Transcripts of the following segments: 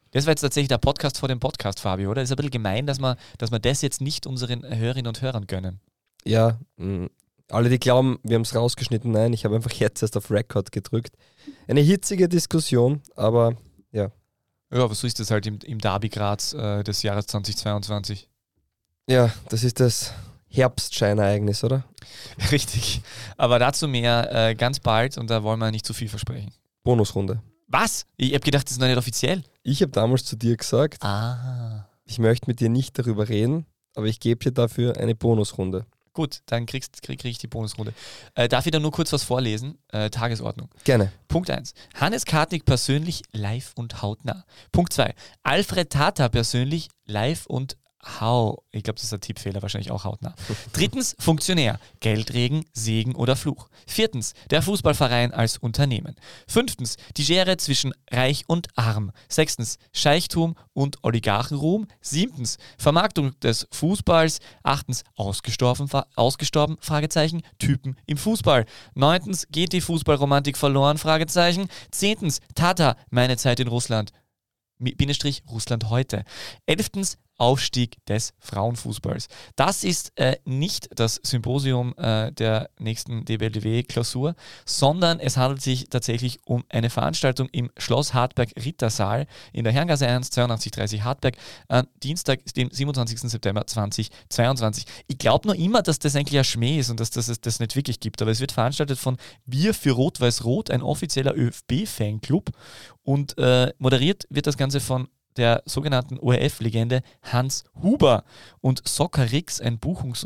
Das war jetzt tatsächlich der Podcast vor dem Podcast, Fabio, oder? Das ist ein bisschen gemein, dass wir das jetzt nicht unseren Hörerinnen und Hörern gönnen. Ja, alle, die glauben, wir haben es rausgeschnitten, nein, ich habe einfach jetzt erst auf Record gedrückt. Eine hitzige Diskussion, aber ja. Ja, aber so ist das halt im Derby Graz des Jahres 2022. Ja, das ist das Herbstscheinereignis, oder? Richtig. Aber dazu mehr ganz bald und da wollen wir nicht zu viel versprechen. Bonusrunde. Was? Ich habe gedacht, das ist noch nicht offiziell. Ich habe damals zu dir gesagt, ich möchte mit dir nicht darüber reden, aber ich gebe dir dafür eine Bonusrunde. Gut, dann krieg ich die Bonusrunde. Darf ich da nur kurz was vorlesen? Tagesordnung. Gerne. Punkt 1. Hannes Kartnick persönlich live und hautnah. Punkt 2. Alfred Tata persönlich live und ich glaube, das ist ein Tippfehler, wahrscheinlich auch hautnah. 3. Funktionär. Geldregen, Segen oder Fluch. 4. Der Fußballverein als Unternehmen. 5. Die Schere zwischen Reich und Arm. 6. Scheichtum und Oligarchenruhm. 7. Vermarktung des Fußballs. 8. Ausgestorben, Fragezeichen, Typen im Fußball. 9. Geht die Fußballromantik verloren, Fragezeichen. 10. Tata, meine Zeit in Russland. Bindestrich Russland heute. 11. Aufstieg des Frauenfußballs. Das ist nicht das Symposium der nächsten DBLDW-Klausur, sondern es handelt sich tatsächlich um eine Veranstaltung im Schloss Hartberg-Rittersaal in der Herrengasse 1, 8230 Hartberg, Dienstag, dem 27. September 2022. Ich glaube noch immer, dass das eigentlich ein Schmäh ist und dass das nicht wirklich gibt, aber es wird veranstaltet von Wir für Rot-Weiß-Rot, ein offizieller ÖFB-Fanclub, und moderiert wird das Ganze von der sogenannten ORF-Legende Hans Huber und Soccerix, eine Buchungs-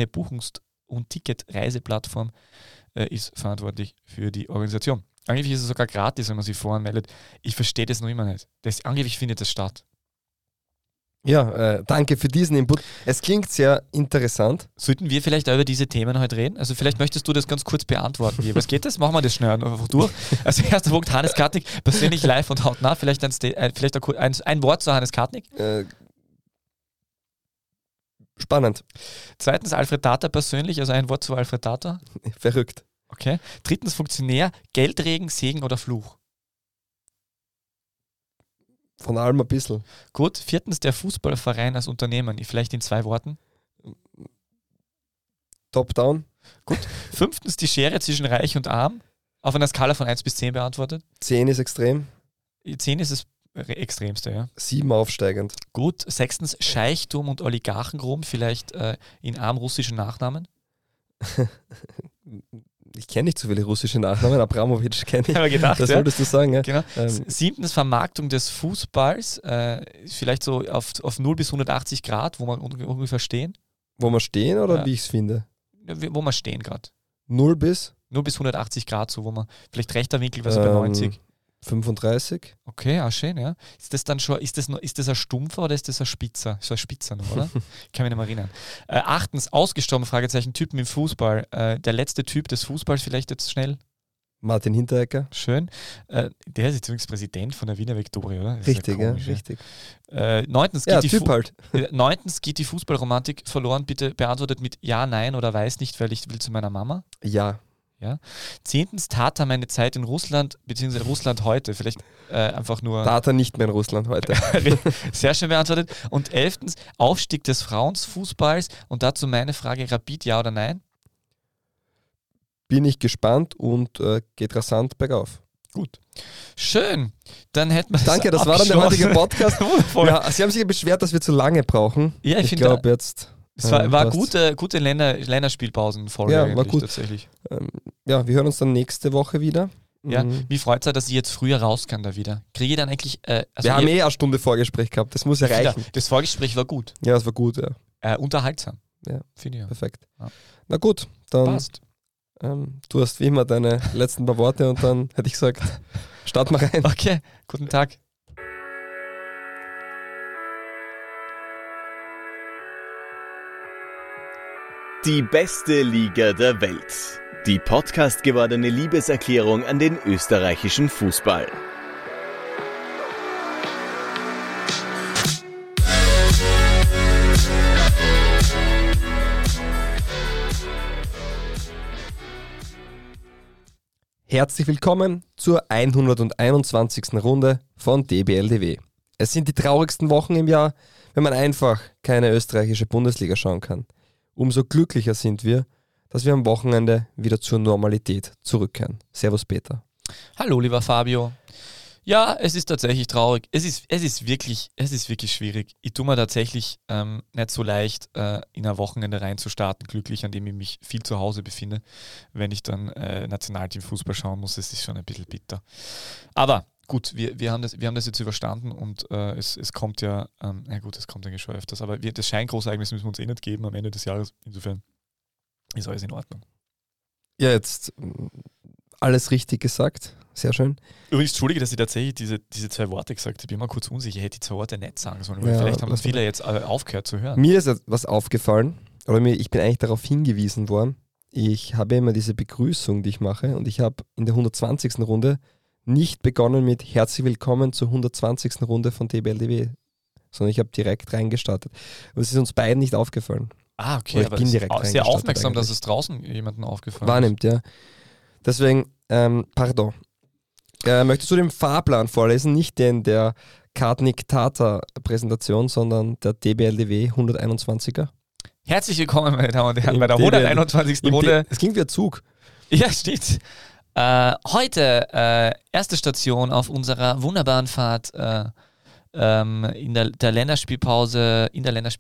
und Ticket-Reiseplattform, ist verantwortlich für die Organisation. Angeblich ist es sogar gratis, wenn man sich voranmeldet. Ich verstehe das noch immer nicht. Angeblich findet das statt. Ja, danke für diesen Input. Es klingt sehr interessant. Sollten wir vielleicht auch über diese Themen heute reden? Also vielleicht möchtest du das ganz kurz beantworten. Was geht das? Machen wir das schnell einfach durch. Also erster Punkt, Hannes Kartnick, persönlich live und hautnah. Vielleicht ein Wort zu Hannes Kartnick. Spannend. 2. Alfred Tata persönlich, also ein Wort zu Alfred Tata. Verrückt. Okay. 3. Funktionär, Geldregen, Segen oder Fluch. Von allem ein bisschen. Gut. 4. Der Fußballverein als Unternehmen. Vielleicht in 2 Worten. Top-down. Gut. 5. Die Schere zwischen Reich und Arm. Auf einer Skala von 1 bis 10 beantwortet. 10 ist extrem. 10 ist das Extremste, ja. 7 aufsteigend. Gut. 6. Scheichtum und Oligarchenruhm. Vielleicht in arm russischen Nachnamen. Ich kenne nicht so viele russische Nachnamen, Abramowitsch kenne ich. Habe gedacht, das wolltest du sagen, ja. Genau. 7. Vermarktung des Fußballs, vielleicht so auf 0 bis 180 Grad, wo wir ungefähr stehen. Wo wir stehen oder wie ich es finde? Wo wir stehen gerade. 0 bis 180 Grad, so wo man, vielleicht rechter Winkel, was bei 90. 35. Okay, schön, ja. Ist das dann schon, ist das ein Stumpfer oder ist das ein Spitzer? So ein Spitzer noch, oder? Kann mich nicht mehr erinnern. 8. Ausgestorben, Fragezeichen, Typen im Fußball. Der letzte Typ des Fußballs, vielleicht jetzt schnell. Martin Hinteregger. Schön. Der ist jetzt übrigens Präsident von der Wiener Viktoria, oder? Richtig, ja, komisch, richtig. 9. Halt. 9. geht die Fußballromantik verloren. Bitte beantwortet mit Ja, Nein oder Weiß nicht, weil ich will zu meiner Mama. Ja. Ja. 10. Tata, meine Zeit in Russland, beziehungsweise Russland heute. Vielleicht einfach nur... Tata nicht mehr in Russland heute. Sehr schön beantwortet. Und 11. Aufstieg des Frauenfußballs. Und dazu meine Frage, Rapid, ja oder nein? Bin ich gespannt und geht rasant bergauf. Gut. Schön. Dann hätten wir Danke, das war dann der heutige Podcast. Ja, Sie haben sich geschwert, dass wir zu lange brauchen. Ja, ich glaube jetzt... Es war gute Länderspielpausen-Folge, ja, war gut. Tatsächlich. Ja, wir hören uns dann nächste Woche wieder. Ja, wie freut es euch, dass ich jetzt früher raus kann da wieder? Kriege ich dann eigentlich... wir haben eine Stunde Vorgespräch gehabt, das muss ja reichen. Das Vorgespräch war gut. Ja, das war gut, ja. Unterhaltsam. Ja, finde ich. Ja. Perfekt. Ja. Na gut, dann... Passt. Du hast wie immer deine letzten paar Worte und dann hätte ich gesagt, start mal rein. Okay, guten Tag. Die beste Liga der Welt. Die Podcast gewordene Liebeserklärung an den österreichischen Fußball. Herzlich willkommen zur 121. Runde von DBLDW. Es sind die traurigsten Wochen im Jahr, wenn man einfach keine österreichische Bundesliga schauen kann. Umso glücklicher sind wir, dass wir am Wochenende wieder zur Normalität zurückkehren. Servus Peter. Hallo, lieber Fabio. Ja, es ist tatsächlich traurig. Es ist wirklich schwierig. Ich tue mir tatsächlich nicht so leicht, in ein Wochenende reinzustarten, glücklich, an dem ich mich viel zu Hause befinde. Wenn ich dann Nationalteam-Fußball schauen muss, ist es schon ein bisschen bitter. Aber gut, wir haben das jetzt überstanden und es kommt ja, es kommt eigentlich schon öfters, aber das Scheingroßereignis müssen wir uns nicht geben am Ende des Jahres. Insofern ist alles in Ordnung. Ja, jetzt alles richtig gesagt. Sehr schön. Übrigens, entschuldige, dass ich tatsächlich diese zwei Worte gesagt habe. Ich bin mal kurz unsicher, ich hätte die zwei Worte nicht sagen sollen, weil vielleicht haben das viele jetzt aufgehört zu hören. Mir ist etwas aufgefallen, oder ich bin eigentlich darauf hingewiesen worden. Ich habe immer diese Begrüßung, die ich mache, und ich habe in der 120. Runde nicht begonnen mit Herzlich willkommen zur 120. Runde von TBLDW, sondern ich habe direkt reingestartet. Und es ist uns beiden nicht aufgefallen. Ah, okay, aber ich bin direkt sehr aufmerksam, eigentlich. dass es draußen jemandem aufgefallen wahrnimmt, ja. Deswegen, pardon. Möchtest du den Fahrplan vorlesen? Nicht den der Kartnik-Tata-Präsentation, sondern der DBLDW 121er? Herzlich willkommen, meine Damen und Herren, bei der 121. Runde. Es klingt wie ein Zug. Ja, steht. Heute erste Station auf unserer wunderbaren Fahrt in der Länderspielpause.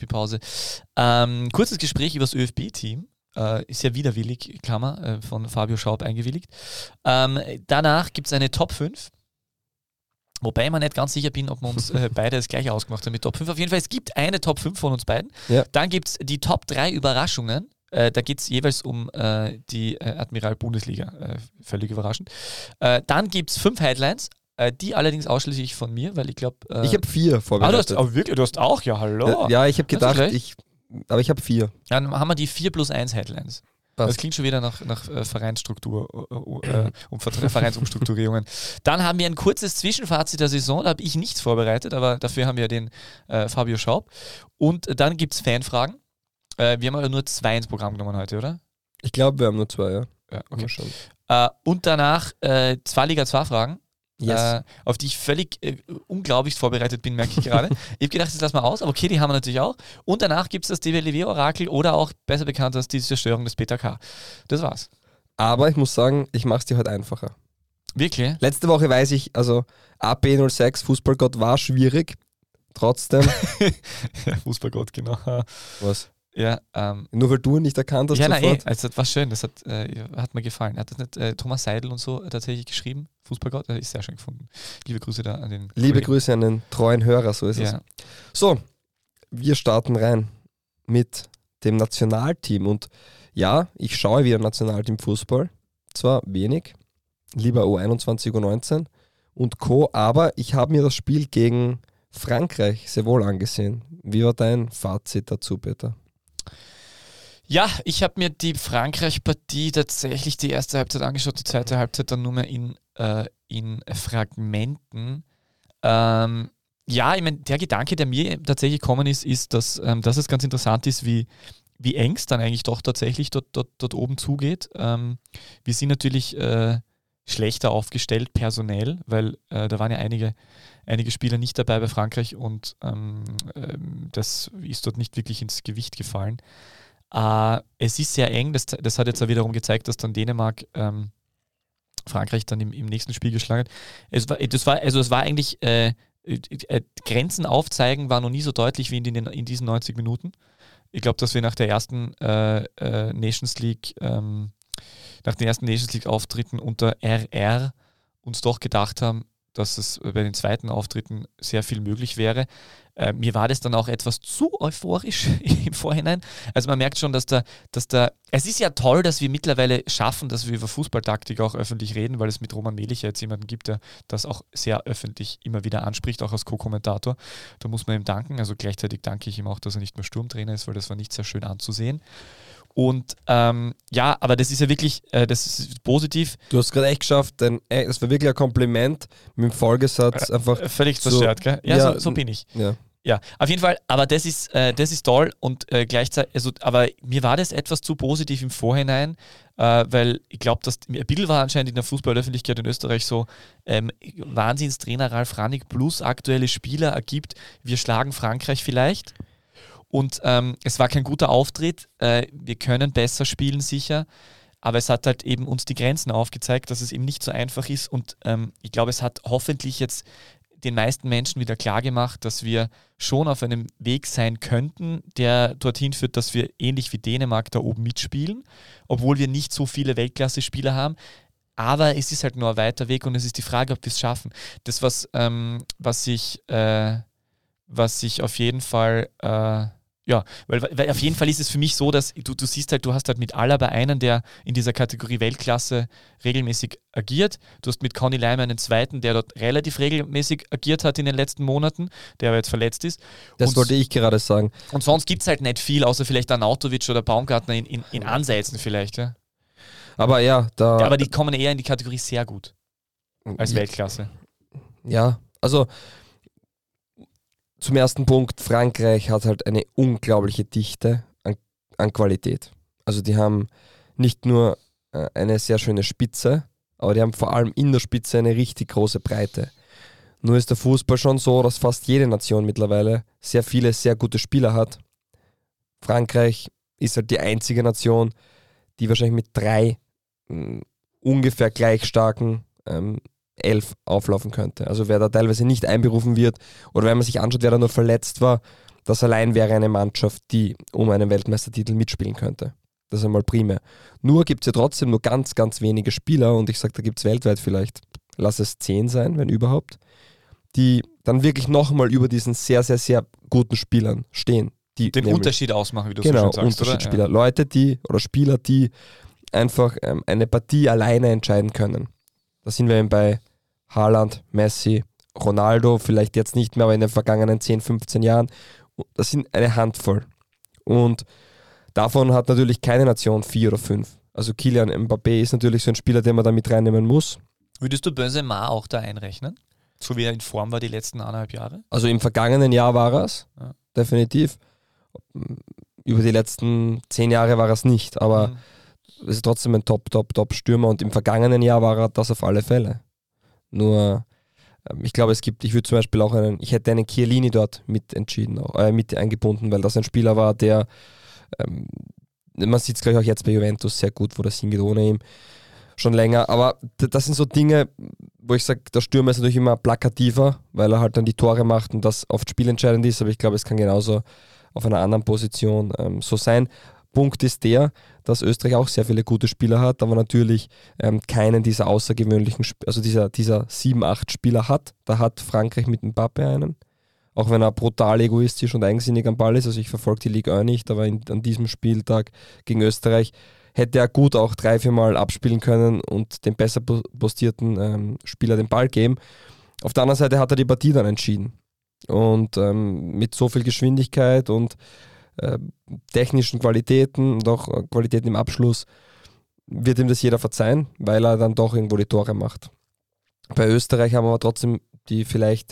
Kurzes Gespräch über das ÖFB-Team. Ist ja widerwillig, Klammer, von Fabio Schaub eingewilligt. Danach gibt es eine Top 5. Wobei ich mir nicht ganz sicher bin, ob wir uns beide das gleiche ausgemacht haben mit Top 5. Auf jeden Fall, es gibt eine Top 5 von uns beiden. Ja. Dann gibt es die Top 3 Überraschungen. Da geht es jeweils um die Admiral-Bundesliga. Völlig überraschend. Dann gibt es 5 Headlines. Die allerdings ausschließlich von mir, weil ich glaube... ich habe 4 vorbereitet. Du hast auch? Ja, hallo. Ja, ich habe gedacht, aber ich habe 4. Dann haben wir die 4+1 Headlines. Das klingt schon wieder nach Vereinsstruktur und Vereinsumstrukturierungen. Dann haben wir ein kurzes Zwischenfazit der Saison, da habe ich nichts vorbereitet, aber dafür haben wir den Fabio Schaub. Und dann gibt es Fanfragen. Wir haben aber nur 2 ins Programm genommen heute, oder? Ich glaube, wir haben nur 2, ja. Ja, okay. Und danach 2 Liga 2 Fragen. Yes. Auf die ich völlig unglaublich vorbereitet bin, merke ich gerade. Ich habe gedacht, das lassen wir aus, aber okay, die haben wir natürlich auch. Und danach gibt es das DBLW-Orakel oder auch besser bekannt als die Zerstörung des Peter K. Das war's. Aber ich muss sagen, ich mache es dir heute einfacher. Wirklich? Letzte Woche weiß ich, also AP06, Fußballgott war schwierig. Trotzdem. Ja, Fußballgott, genau. Was? Ja, nur weil du ihn nicht erkannt hast. Ja, nein, also das war schön, das hat mir gefallen. Hat das nicht Thomas Seidel und so tatsächlich geschrieben? Fußballgott, das ist sehr schön gefunden. Liebe Grüße da an den Liebe Grüße an den treuen Hörer, so ist es. So, wir starten rein mit dem Nationalteam. Und ja, ich schaue wieder Nationalteam Fußball. Zwar wenig, lieber U21, U19 und Co., aber ich habe mir das Spiel gegen Frankreich sehr wohl angesehen. Wie war dein Fazit dazu, Peter? Ja, ich habe mir die Frankreich-Partie tatsächlich die erste Halbzeit angeschaut, die zweite Halbzeit dann nur mehr in Fragmenten. Ja, ich meine, der Gedanke, der mir tatsächlich gekommen ist, dass es ganz interessant ist, wie eng es dann eigentlich doch tatsächlich dort oben zugeht. Wir sind natürlich schlechter aufgestellt personell, weil da waren ja einige Spieler nicht dabei bei Frankreich und das ist dort nicht wirklich ins Gewicht gefallen. Es ist sehr eng, das hat jetzt auch wiederum gezeigt, dass dann Dänemark Frankreich dann im nächsten Spiel geschlagen hat. Es war eigentlich Grenzen aufzeigen war noch nie so deutlich wie in diesen 90 Minuten. Ich glaube, dass wir nach der ersten Nations League nach den ersten Nations League Auftritten unter RR uns doch gedacht haben, dass es bei den zweiten Auftritten sehr viel möglich wäre. Mir war das dann auch etwas zu euphorisch im Vorhinein. Also man merkt schon, dass es ist ja toll, dass wir mittlerweile schaffen, dass wir über Fußballtaktik auch öffentlich reden, weil es mit Roman Melich jetzt jemanden gibt, der das auch sehr öffentlich immer wieder anspricht, auch als Co-Kommentator. Da muss man ihm danken. Also gleichzeitig danke ich ihm auch, dass er nicht mehr Sturmtrainer ist, weil das war nicht sehr schön anzusehen. Und ja, aber das ist ja wirklich, das ist positiv. Du hast gerade echt geschafft, denn es war wirklich ein Kompliment mit dem Folgesatz einfach. Völlig zerstört, gell? Ja, so bin ich. Ja. Ja, auf jeden Fall, aber das ist toll und gleichzeitig, also, aber mir war das etwas zu positiv im Vorhinein, weil ich glaube, dass ein bisschen war anscheinend in der Fußballöffentlichkeit in Österreich so Wahnsinnstrainer Ralf Rangnick plus aktuelle Spieler ergibt, wir schlagen Frankreich vielleicht und es war kein guter Auftritt, wir können besser spielen sicher, aber es hat halt eben uns die Grenzen aufgezeigt, dass es eben nicht so einfach ist und ich glaube, es hat hoffentlich jetzt den meisten Menschen wieder klar gemacht, dass wir schon auf einem Weg sein könnten, der dorthin führt, dass wir ähnlich wie Dänemark da oben mitspielen, obwohl wir nicht so viele Weltklasse-Spieler haben. Aber es ist halt nur ein weiter Weg und es ist die Frage, ob wir es schaffen. Das, was ich auf jeden Fall weil auf jeden Fall ist es für mich so, dass du siehst halt, du hast halt mit Alaba einen, der in dieser Kategorie Weltklasse regelmäßig agiert. Du hast mit Conny Leimer einen zweiten, der dort relativ regelmäßig agiert hat in den letzten Monaten, der aber jetzt verletzt ist. Das wollte ich gerade sagen. Und sonst gibt es halt nicht viel, außer vielleicht Arnautovic oder Baumgartner in Ansätzen vielleicht. Ja. Aber ja, aber die kommen eher in die Kategorie sehr gut als Weltklasse. Ja, also zum ersten Punkt, Frankreich hat halt eine unglaubliche Dichte an Qualität. Also die haben nicht nur eine sehr schöne Spitze, aber die haben vor allem in der Spitze eine richtig große Breite. Nur ist der Fußball schon so, dass fast jede Nation mittlerweile sehr viele, sehr gute Spieler hat. Frankreich ist halt die einzige Nation, die wahrscheinlich mit 3 ungefähr gleich starken 11 auflaufen könnte. Also wer da teilweise nicht einberufen wird oder wenn man sich anschaut, wer da nur verletzt war, das allein wäre eine Mannschaft, die um einen Weltmeistertitel mitspielen könnte. Das ist einmal primär. Nur gibt es ja trotzdem nur ganz, ganz wenige Spieler und ich sage, da gibt es weltweit vielleicht, lass es 10 sein, wenn überhaupt, die dann wirklich nochmal über diesen sehr, sehr, sehr guten Spielern stehen. Die den Unterschied ausmachen, wie du genau, so schön sagst. Unterschiedsspieler. Oder? Ja. Leute, oder Spieler, die einfach eine Partie alleine entscheiden können. Da sind wir eben bei Haaland, Messi, Ronaldo, vielleicht jetzt nicht mehr, aber in den vergangenen 10, 15 Jahren. Das sind eine Handvoll. Und davon hat natürlich keine Nation 4 oder 5. Also Kylian Mbappé ist natürlich so ein Spieler, den man da mit reinnehmen muss. Würdest du Benzema auch da einrechnen? So wie er in Form war die letzten 1,5 Jahre? Also im vergangenen Jahr war er es, definitiv. Über die letzten 10 Jahre war er es nicht, aber es ist trotzdem ein Top-Stürmer und im vergangenen Jahr war er das auf alle Fälle. Nur, ich glaube, ich würde zum Beispiel auch ich hätte einen Chiellini dort mit eingebunden, weil das ein Spieler war, der, man sieht es gleich auch jetzt bei Juventus sehr gut, wo das hingeht ohne ihm, schon länger, aber das sind so Dinge, wo ich sage, der Stürmer ist natürlich immer plakativer, weil er halt dann die Tore macht und das oft spielentscheidend ist, aber ich glaube, es kann genauso auf einer anderen Position so sein. Punkt ist der, dass Österreich auch sehr viele gute Spieler hat, aber natürlich keinen dieser außergewöhnlichen, also dieser 7, 8 Spieler hat. Da hat Frankreich mit Mbappé einen, auch wenn er brutal egoistisch und eigensinnig am Ball ist. Also ich verfolge die Ligue 1 nicht, aber an diesem Spieltag gegen Österreich hätte er gut auch 3, 4 Mal abspielen können und dem besser postierten Spieler den Ball geben. Auf der anderen Seite hat er die Partie dann entschieden. Und mit so viel Geschwindigkeit und technischen Qualitäten und auch Qualitäten im Abschluss wird ihm das jeder verzeihen, weil er dann doch irgendwo die Tore macht. Bei Österreich haben wir aber trotzdem die vielleicht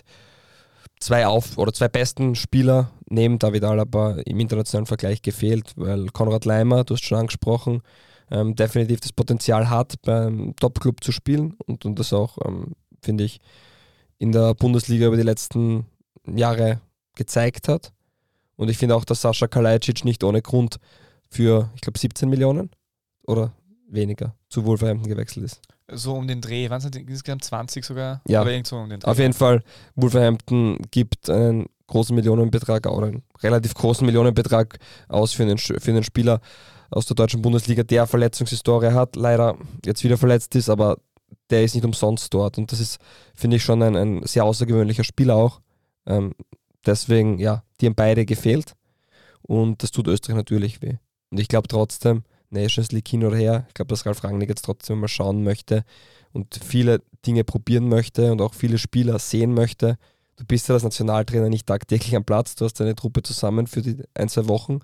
2 besten Spieler neben David Alaba im internationalen Vergleich gefehlt, weil Konrad Leimer, du hast schon angesprochen, definitiv das Potenzial hat, beim Top-Club zu spielen und das auch, finde ich, in der Bundesliga über die letzten Jahre gezeigt hat. Und ich finde auch, dass Sascha Kalajdzic nicht ohne Grund für, ich glaube, 17 Millionen oder weniger zu Wolverhampton gewechselt ist. So um den Dreh, waren es insgesamt 20 sogar? Ja, oder irgend so um den Dreh. Auf jeden Fall, Wolverhampton gibt einen großen Millionenbetrag oder einen relativ großen Millionenbetrag aus für einen Spieler aus der deutschen Bundesliga, der Verletzungshistorie hat, leider jetzt wieder verletzt ist, aber der ist nicht umsonst dort. Und das ist, finde ich, schon ein sehr außergewöhnlicher Spieler auch. Deswegen, ja, die haben beide gefehlt und das tut Österreich natürlich weh. Und ich glaube trotzdem, Nations League hin oder her, ich glaube, dass Ralf Rangnick jetzt trotzdem mal schauen möchte und viele Dinge probieren möchte und auch viele Spieler sehen möchte. Du bist ja als Nationaltrainer nicht tagtäglich am Platz, du hast deine Truppe zusammen für die 1, 2 Wochen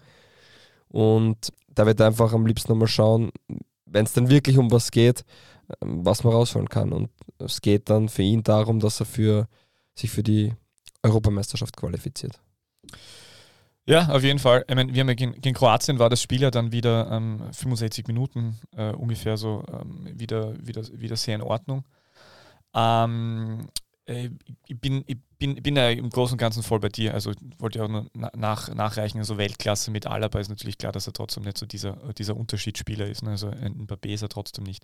und da wird er einfach am liebsten nochmal schauen, wenn es dann wirklich um was geht, was man rausholen kann. Und es geht dann für ihn darum, dass er sich für die Europameisterschaft qualifiziert. Ja, auf jeden Fall. Ich meine, wir haben gegen Kroatien war das Spiel ja dann wieder 65 Minuten ungefähr so wieder sehr in Ordnung. Ich bin ja im Großen und Ganzen voll bei dir. Also wollte ja auch nur nachreichen, so Weltklasse mit Alaba ist natürlich klar, dass er trotzdem nicht so dieser Unterschiedsspieler ist. Ne? Also ein Mbappé ist er trotzdem nicht.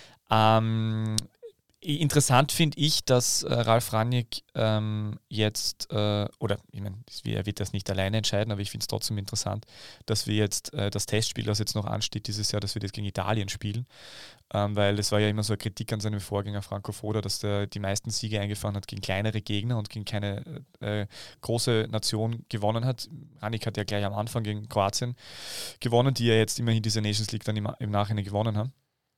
Interessant finde ich, dass Ralf Rangnick jetzt, oder ich meine, er wird das nicht alleine entscheiden, aber ich finde es trotzdem interessant, dass wir jetzt das Testspiel, das jetzt noch ansteht dieses Jahr, dass wir das gegen Italien spielen, weil es war ja immer so eine Kritik an seinem Vorgänger Franco Foda, dass der die meisten Siege eingefahren hat gegen kleinere Gegner und gegen keine große Nation gewonnen hat. Rangnick hat ja gleich am Anfang gegen Kroatien gewonnen, die ja jetzt immerhin diese Nations League dann im Nachhinein gewonnen haben.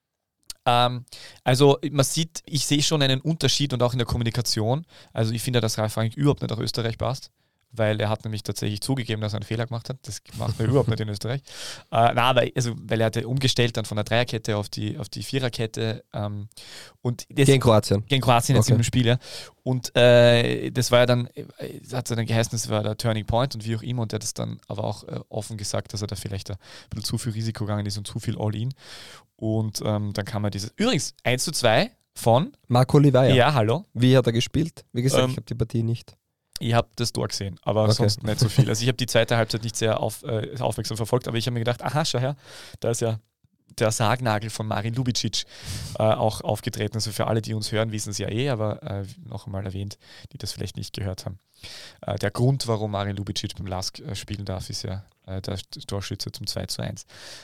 Also man sieht, ich sehe schon einen Unterschied und auch in der Kommunikation. Also ich finde, dass Ralf Rangnick überhaupt nicht nach Österreich passt, weil er hat nämlich tatsächlich zugegeben, dass er einen Fehler gemacht hat. Das macht man überhaupt nicht in Österreich. Weil er hatte umgestellt dann von der Dreierkette auf die Viererkette. Und gegen Kroatien. Gegen Kroatien jetzt im Spiel, ja. Und das war ja dann, hat es dann geheißen, das war der Turning Point und wie auch immer. Und der hat es dann aber auch offen gesagt, dass er da vielleicht ein bisschen zu viel Risiko gegangen ist und zu viel All-In. Und dann kam er dieses. Übrigens, 1:2 von Marco Livaja. Ja, hallo. Wie hat er gespielt? Wie gesagt, ich habe die Partie nicht. Ich habe das Tor gesehen, aber sonst nicht so viel. Also ich habe die zweite Halbzeit nicht sehr aufmerksam verfolgt, aber ich habe mir gedacht, aha, schau her, da ist ja der Sargnagel von Marin Lubicic auch aufgetreten. Also für alle, die uns hören, wissen es ja aber noch einmal erwähnt, die das vielleicht nicht gehört haben. Der Grund, warum Marin Lubicic beim LASK spielen darf, ist ja der Torschütze zum 2:1.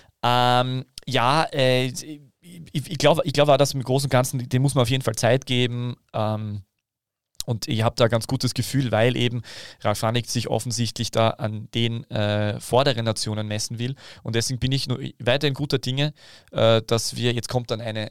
Ich glaube auch, dass im Großen und Ganzen, dem muss man auf jeden Fall Zeit geben. Und ich habe da ganz gutes Gefühl, weil eben Ralf Rangnick sich offensichtlich da an den vorderen Nationen messen will. Und deswegen bin ich weiterhin guter Dinge, dass wir, jetzt kommt dann eine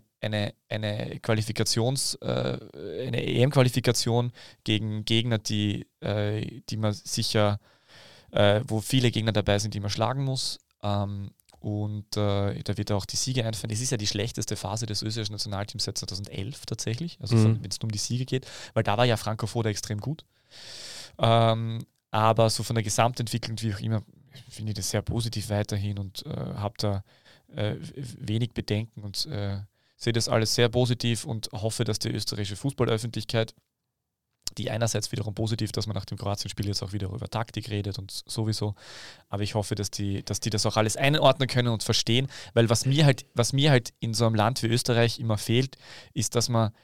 EM-Qualifikation gegen Gegner, die man sicher, wo viele Gegner dabei sind, die man schlagen muss. Und da wird auch die Siege einfallen. Das ist ja die schlechteste Phase des österreichischen Nationalteams seit 2011 tatsächlich, also wenn es um die Siege geht, weil da war ja Franco Foda extrem gut. Aber so von der Gesamtentwicklung, wie auch immer, finde ich das sehr positiv weiterhin und habe da wenig Bedenken und sehe das alles sehr positiv und hoffe, dass die österreichische Fußballöffentlichkeit, die einerseits wiederum positiv, dass man nach dem Kroatien-Spiel jetzt auch wieder über Taktik redet und sowieso, aber ich hoffe, dass die das auch alles einordnen können und verstehen, weil was mir halt in so einem Land wie Österreich immer fehlt, ist, dass man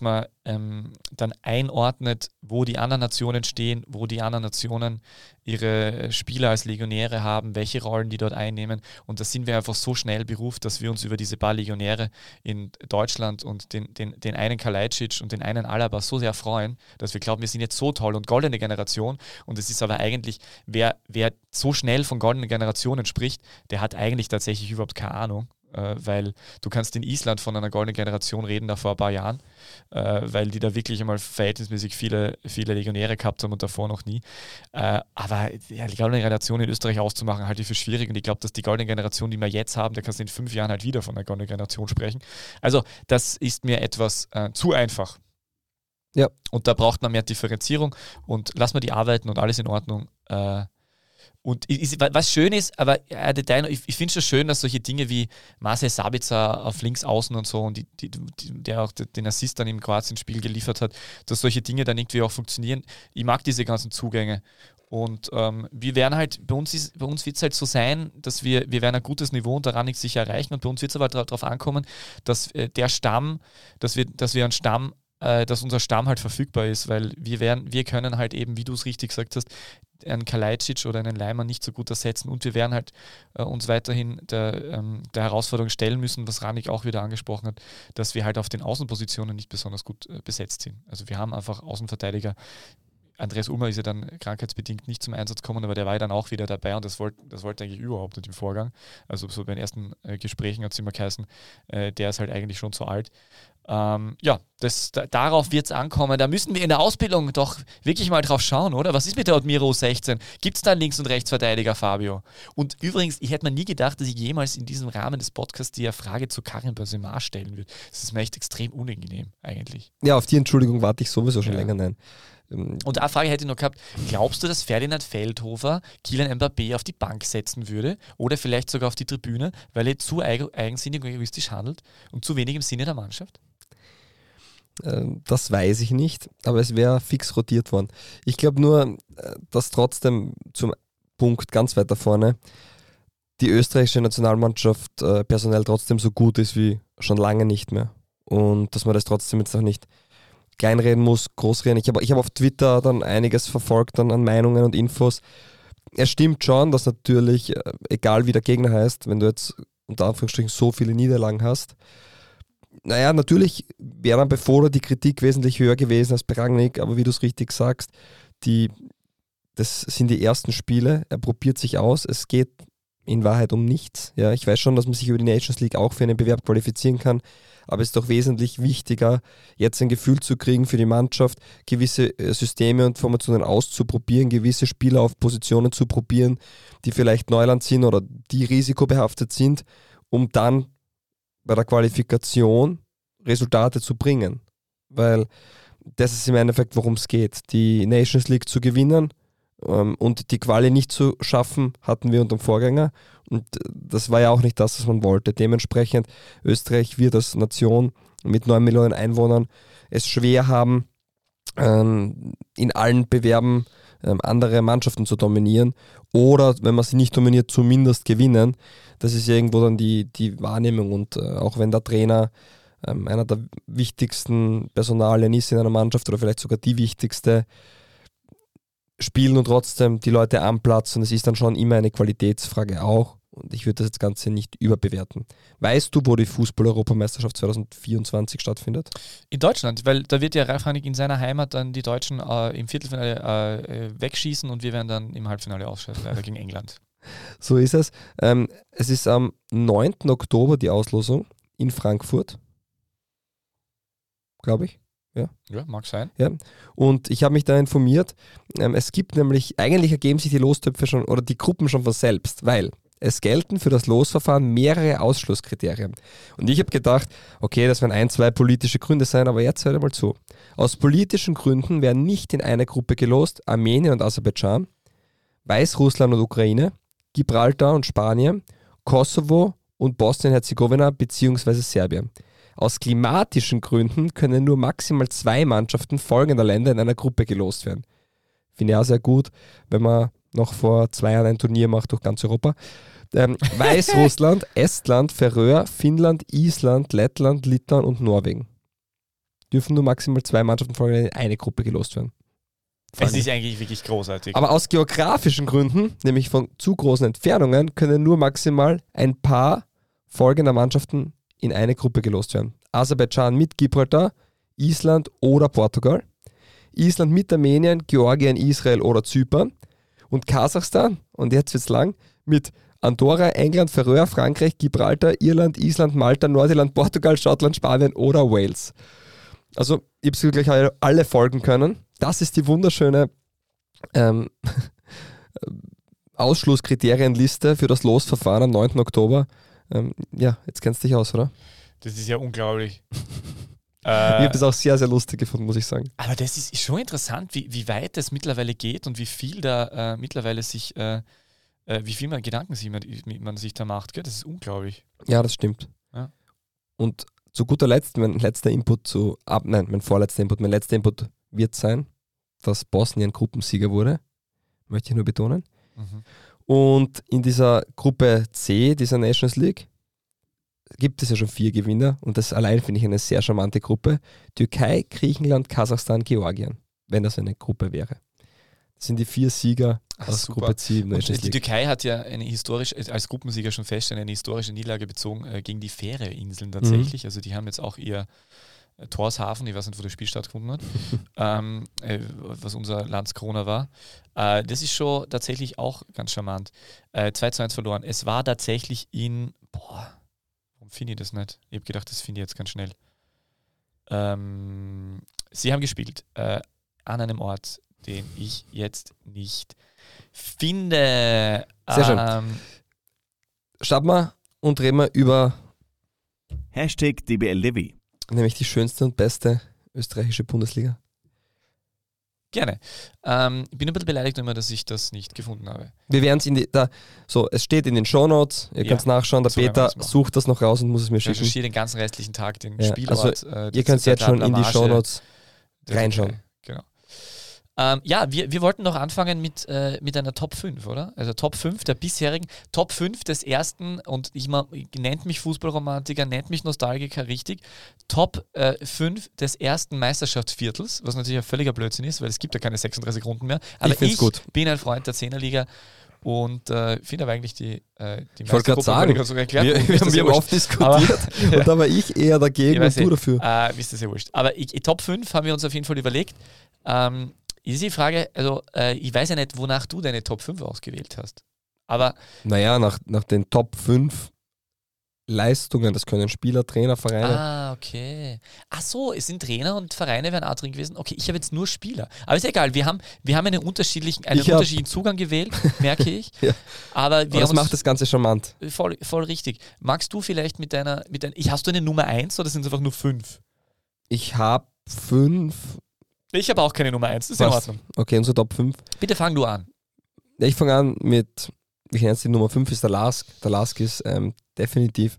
dann einordnet, wo die anderen Nationen stehen, wo die anderen Nationen ihre Spieler als Legionäre haben, welche Rollen die dort einnehmen. Und da sind wir einfach so schnell berufen, dass wir uns über diese paar Legionäre in Deutschland und den einen Kalajdzic und den einen Alaba so sehr freuen, dass wir glauben, wir sind jetzt so toll und goldene Generation. Und es ist aber eigentlich, wer so schnell von goldenen Generationen spricht, der hat eigentlich tatsächlich überhaupt keine Ahnung. Weil du kannst in Island von einer goldenen Generation reden, da vor ein paar Jahren, weil die da wirklich einmal verhältnismäßig viele Legionäre gehabt haben und davor noch nie. Aber die goldene Generation in Österreich auszumachen, halte ich für schwierig und ich glaube, dass die goldene Generation, die wir jetzt haben, da kannst du in 5 Jahren halt wieder von einer goldenen Generation sprechen. Also das ist mir etwas zu einfach. Ja. Und da braucht man mehr Differenzierung und lass mal die arbeiten und alles in Ordnung. Und was schön ist, aber ich finde es schon schön, dass solche Dinge wie Marcel Sabitzer auf links außen und so und der auch den Assist dann im Kroatien-Spiel geliefert hat, dass solche Dinge dann irgendwie auch funktionieren. Ich mag diese ganzen Zugänge. Und wir werden halt, bei uns wird es halt so sein, dass wir werden ein gutes Niveau unter Rangnick sicher erreichen und bei uns wird es aber darauf ankommen, dass der Stamm, dass unser Stamm halt verfügbar ist, weil wir können halt eben, wie du es richtig gesagt hast, einen Kalajdzic oder einen Leimer nicht so gut ersetzen und wir werden halt uns weiterhin der Herausforderung stellen müssen, was Rangnick auch wieder angesprochen hat, dass wir halt auf den Außenpositionen nicht besonders gut besetzt sind. Also wir haben einfach Außenverteidiger. Andreas Ulmer ist ja dann krankheitsbedingt nicht zum Einsatz gekommen, aber der war ja dann auch wieder dabei und das wollte eigentlich überhaupt nicht im Vorgang. Also so bei den ersten Gesprächen hat es immer geheißen, der ist halt eigentlich schon zu alt. Darauf wird es ankommen. Da müssen wir in der Ausbildung doch wirklich mal drauf schauen, oder? Was ist mit der Admiro 16? Gibt es da einen Links- und Rechtsverteidiger, Fabio? Und übrigens, ich hätte mir nie gedacht, dass ich jemals in diesem Rahmen des Podcasts die Frage zu Karim Benzema stellen würde. Das ist mir echt extrem unangenehm, eigentlich. Ja, auf die Entschuldigung warte ich sowieso schon länger. Nein. Und eine Frage hätte ich noch gehabt, glaubst du, dass Ferdinand Feldhofer Kylian Mbappé auf die Bank setzen würde oder vielleicht sogar auf die Tribüne, weil er zu eigensinnig und egoistisch handelt und zu wenig im Sinne der Mannschaft? Das weiß ich nicht, aber es wäre fix rotiert worden. Ich glaube nur, dass trotzdem zum Punkt ganz weiter vorne die österreichische Nationalmannschaft personell trotzdem so gut ist wie schon lange nicht mehr. Und dass man das trotzdem jetzt noch nicht kleinreden muss, großreden. Ich hab auf Twitter dann einiges verfolgt dann an Meinungen und Infos. Es stimmt schon, dass natürlich, egal wie der Gegner heißt, wenn du jetzt unter Anführungsstrichen so viele Niederlagen hast, naja, natürlich wäre dann bevor die Kritik wesentlich höher gewesen als bei Rangnick, aber wie du es richtig sagst, das sind die ersten Spiele, er probiert sich aus, es geht in Wahrheit um nichts. Ja, ich weiß schon, dass man sich über die Nations League auch für einen Bewerb qualifizieren kann, aber es ist doch wesentlich wichtiger, jetzt ein Gefühl zu kriegen für die Mannschaft, gewisse Systeme und Formationen auszuprobieren, gewisse Spieler auf Positionen zu probieren, die vielleicht Neuland sind oder die risikobehaftet sind, um dann bei der Qualifikation Resultate zu bringen. Weil das ist im Endeffekt, worum es geht. Die Nations League zu gewinnen und die Quali nicht zu schaffen, hatten wir unter dem Vorgänger. Und das war ja auch nicht das, was man wollte. Dementsprechend, Österreich wird als Nation mit 9 Millionen Einwohnern es schwer haben, in allen Bewerben andere Mannschaften zu dominieren. Oder, wenn man sie nicht dominiert, zumindest gewinnen. Das ist irgendwo dann die Wahrnehmung. Und auch wenn der Trainer einer der wichtigsten Personalien ist in einer Mannschaft oder vielleicht sogar die wichtigste, spielen und trotzdem die Leute am Platz und es ist dann schon immer eine Qualitätsfrage auch und ich würde das Ganze nicht überbewerten. Weißt du, wo die Fußball-Europameisterschaft 2024 stattfindet? In Deutschland, weil da wird ja Ralf Rangnick in seiner Heimat dann die Deutschen im Viertelfinale wegschießen und wir werden dann im Halbfinale ausscheiden, leider gegen England. So ist es. Es ist am 9. Oktober die Auslosung in Frankfurt, glaube ich. Ja, mag sein. Ja. Und ich habe mich da informiert, es gibt nämlich, eigentlich ergeben sich die Lostöpfe schon oder die Gruppen schon von selbst, weil es gelten für das Losverfahren mehrere Ausschlusskriterien. Und ich habe gedacht, okay, das werden 1, 2 politische Gründe sein, aber jetzt hört mal zu. Aus politischen Gründen werden nicht in eine Gruppe gelost Armenien und Aserbaidschan, Weißrussland und Ukraine, Gibraltar und Spanien, Kosovo und Bosnien-Herzegowina bzw. Serbien. Aus klimatischen Gründen können nur maximal 2 Mannschaften folgender Länder in einer Gruppe gelost werden. Finde ich auch sehr gut, wenn man noch vor 2 Jahren ein Turnier macht durch ganz Europa. Weißrussland, Estland, Färöer, Finnland, Island, Lettland, Litauen und Norwegen. Dürfen nur maximal 2 Mannschaften folgender in eine Gruppe gelost werden. Es ist eigentlich wirklich großartig. Aber aus geografischen Gründen, nämlich von zu großen Entfernungen, können nur maximal ein paar folgender Mannschaften in eine Gruppe gelost werden. Aserbaidschan mit Gibraltar, Island oder Portugal, Island mit Armenien, Georgien, Israel oder Zypern und Kasachstan, und jetzt wird's lang, mit Andorra, England, Färöer, Frankreich, Gibraltar, Irland, Island, Malta, Nordirland, Portugal, Schottland, Spanien oder Wales. Also, ich habe gleich alle folgen können. Das ist die wunderschöne Ausschlusskriterienliste für das Losverfahren am 9. Oktober. Ja, jetzt kennst du dich aus, oder? Das ist ja unglaublich. Ich habe das auch sehr, sehr lustig gefunden, muss ich sagen. Aber das ist schon interessant, wie weit das mittlerweile geht und wie viel da mittlerweile sich, wie viel man Gedanken man sich da macht. Gell? Das ist unglaublich. Ja, das stimmt. Ja. Und zu guter Letzt, mein letzter Input wird sein, dass Bosnien Gruppensieger wurde. Möchte ich nur betonen. Mhm. Und in dieser Gruppe C, dieser Nations League, gibt es ja schon 4 Gewinner und das allein finde ich eine sehr charmante Gruppe. Türkei, Griechenland, Kasachstan, Georgien, wenn das eine Gruppe wäre. Das sind die 4 Sieger aus super. Gruppe C im Nations Die League. Türkei hat ja als Gruppensieger schon fest eine historische Niederlage bezogen gegen die Färöerinseln tatsächlich. Also die haben jetzt auch ihr Torshafen, ich weiß nicht, wo das Spiel stattgefunden hat, was unser Landskrona war. Das ist schon tatsächlich auch ganz charmant. 2:1 verloren. Es war tatsächlich warum finde ich das nicht? Ich habe gedacht, das finde ich jetzt ganz schnell. Sie haben gespielt an einem Ort, den ich jetzt nicht finde. Sehr schön. Starten wir und reden wir über #DBLDevi. nämlich die schönste und beste österreichische Bundesliga. Gerne. Ich bin ein bisschen beleidigt immer, dass ich das nicht gefunden habe. Wir werden es es steht in den Shownotes, ihr könnt es nachschauen, der Peter sucht das noch raus und muss es mir schicken. Ich recherchiere den ganzen restlichen Tag, den Spielort. Also, ihr könnt jetzt schon in die Shownotes reinschauen. Genau. Wir wollten noch anfangen mit einer Top 5, oder? Also Top 5 der bisherigen, Top 5 des ersten, und nennt mich Fußballromantiker, nennt mich Nostalgiker, richtig, Top 5 des ersten Meisterschaftsviertels, was natürlich ein völliger Blödsinn ist, weil es gibt ja keine 36 Runden mehr. Aber ich bin ein Freund der 10er-Liga und finde aber eigentlich die ich wollte gerade sagen, wir haben oft diskutiert und da war ich eher dagegen und du dafür. Ist das ja wurscht. Aber Top 5 haben wir uns auf jeden Fall überlegt. Ist die Frage, also ich weiß ja nicht, wonach du deine Top 5 ausgewählt hast. Aber naja, nach den Top 5 Leistungen, das können Spieler, Trainer, Vereine. Okay. Ach so, es sind Trainer und Vereine wären auch drin gewesen. Okay, ich habe jetzt nur Spieler. Aber ist egal, wir haben einen unterschiedlichen Zugang gewählt, merke ich. Ja. Aber das macht das Ganze charmant. Voll richtig. Magst du vielleicht hast du eine Nummer 1 oder sind es einfach nur 5? Ich habe 5. Ich habe auch keine Nummer 1, das ist in Ordnung. Okay, unsere Top 5. Bitte fang du an. Ich fange an mit, ich nenne es die Nummer 5 ist der Lask. Der Lask ist definitiv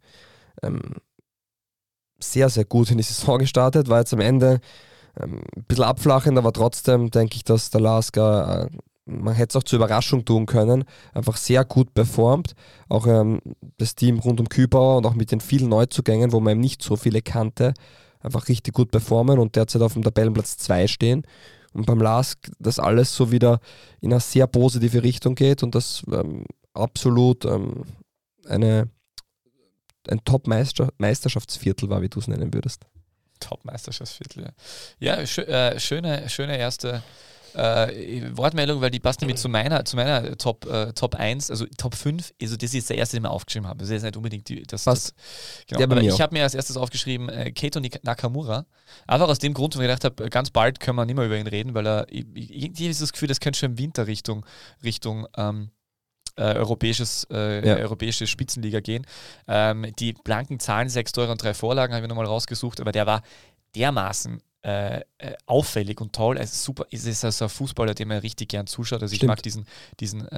sehr, sehr gut in die Saison gestartet, war jetzt am Ende ein bisschen abflachend, aber trotzdem denke ich, dass der Lask, man hätte es auch zur Überraschung tun können, einfach sehr gut performt. Auch das Team rund um Kübauer und auch mit den vielen Neuzugängen, wo man eben nicht so viele kannte, einfach richtig gut performen und derzeit auf dem Tabellenplatz 2 stehen. Und beim Lask, dass alles so wieder in eine sehr positive Richtung geht und das absolut ein Top-Meisterschaftsviertel war, wie du es nennen würdest. Top-Meisterschaftsviertel, ja. Ja, schöne erste Wortmeldung, weil die passt nämlich zu meiner Top 1, also Top 5, also das ist der erste, den wir aufgeschrieben haben. Das ist jetzt nicht unbedingt genau. Aber ich habe mir als erstes aufgeschrieben Keito Nakamura. Einfach aus dem Grund, weil ich gedacht habe, ganz bald können wir nicht mehr über ihn reden, weil irgendwie ist das Gefühl, das könnte schon im Winter Richtung europäische Spitzenliga gehen. Die blanken Zahlen, 6 Tore und 3 Vorlagen, habe ich nochmal rausgesucht, aber der war dermaßen auffällig und toll. Also super, ist also ein Fußballer, dem man richtig gern zuschaut. Also ich mag diese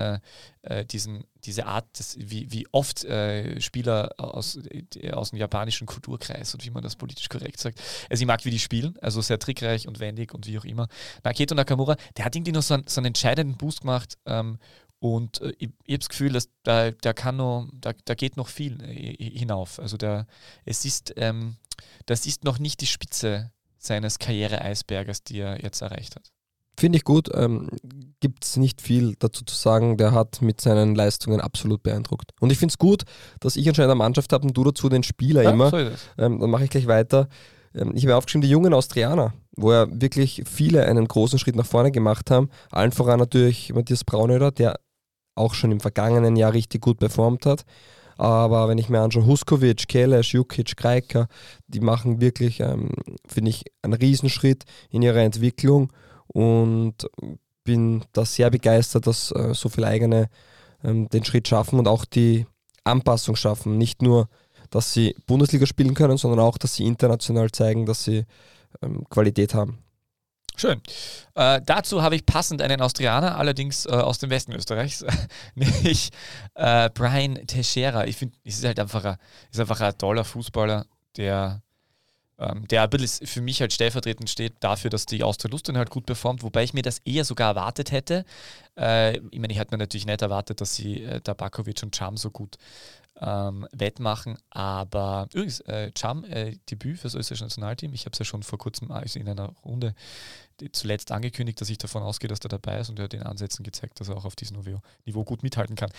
Art, wie oft Spieler aus dem japanischen Kulturkreis und wie man das politisch korrekt sagt. Also ich mag, wie die spielen, also sehr trickreich und wendig und wie auch immer. Keito Nakamura, der hat irgendwie noch so einen entscheidenden Boost gemacht. Und ich habe das Gefühl, dass da geht noch viel hinauf. Also das ist noch nicht die Spitze seines Karriere-Eisberges, die er jetzt erreicht hat. Finde ich gut. Gibt es nicht viel dazu zu sagen. Der hat mit seinen Leistungen absolut beeindruckt. Und ich finde es gut, dass ich anscheinend eine Mannschaft habe und du dazu den Spieler immer. So ist es. Dann mache ich gleich weiter. Ich habe aufgeschrieben, die jungen Austrianer, wo ja wirklich viele einen großen Schritt nach vorne gemacht haben. Allen voran natürlich Matthias Braunöder, der auch schon im vergangenen Jahr richtig gut performt hat. Aber wenn ich mir anschaue, Huskovic, Kelesch, Jukic, Krajka, die machen wirklich, finde ich, einen Riesenschritt in ihrer Entwicklung und bin da sehr begeistert, dass so viele eigene den Schritt schaffen und auch die Anpassung schaffen. Nicht nur, dass sie Bundesliga spielen können, sondern auch, dass sie international zeigen, dass sie Qualität haben. Schön. Dazu habe ich passend einen Austrianer, allerdings aus dem Westen Österreichs, nämlich Brian Teixeira. Ich finde, es ist halt einfach ein toller Fußballer, der ein bisschen für mich halt stellvertretend steht dafür, dass die Austria Lustenau halt gut performt, wobei ich mir das eher sogar erwartet hätte. Ich meine, ich hätte mir natürlich nicht erwartet, dass sie Tabakovic und Cham so gut wettmachen, aber übrigens, Cham, Debüt für das österreichische Nationalteam. Ich habe es ja schon vor kurzem in einer Runde zuletzt angekündigt, dass ich davon ausgehe, dass er dabei ist und er hat den Ansätzen gezeigt, dass er auch auf diesem Niveau gut mithalten kann.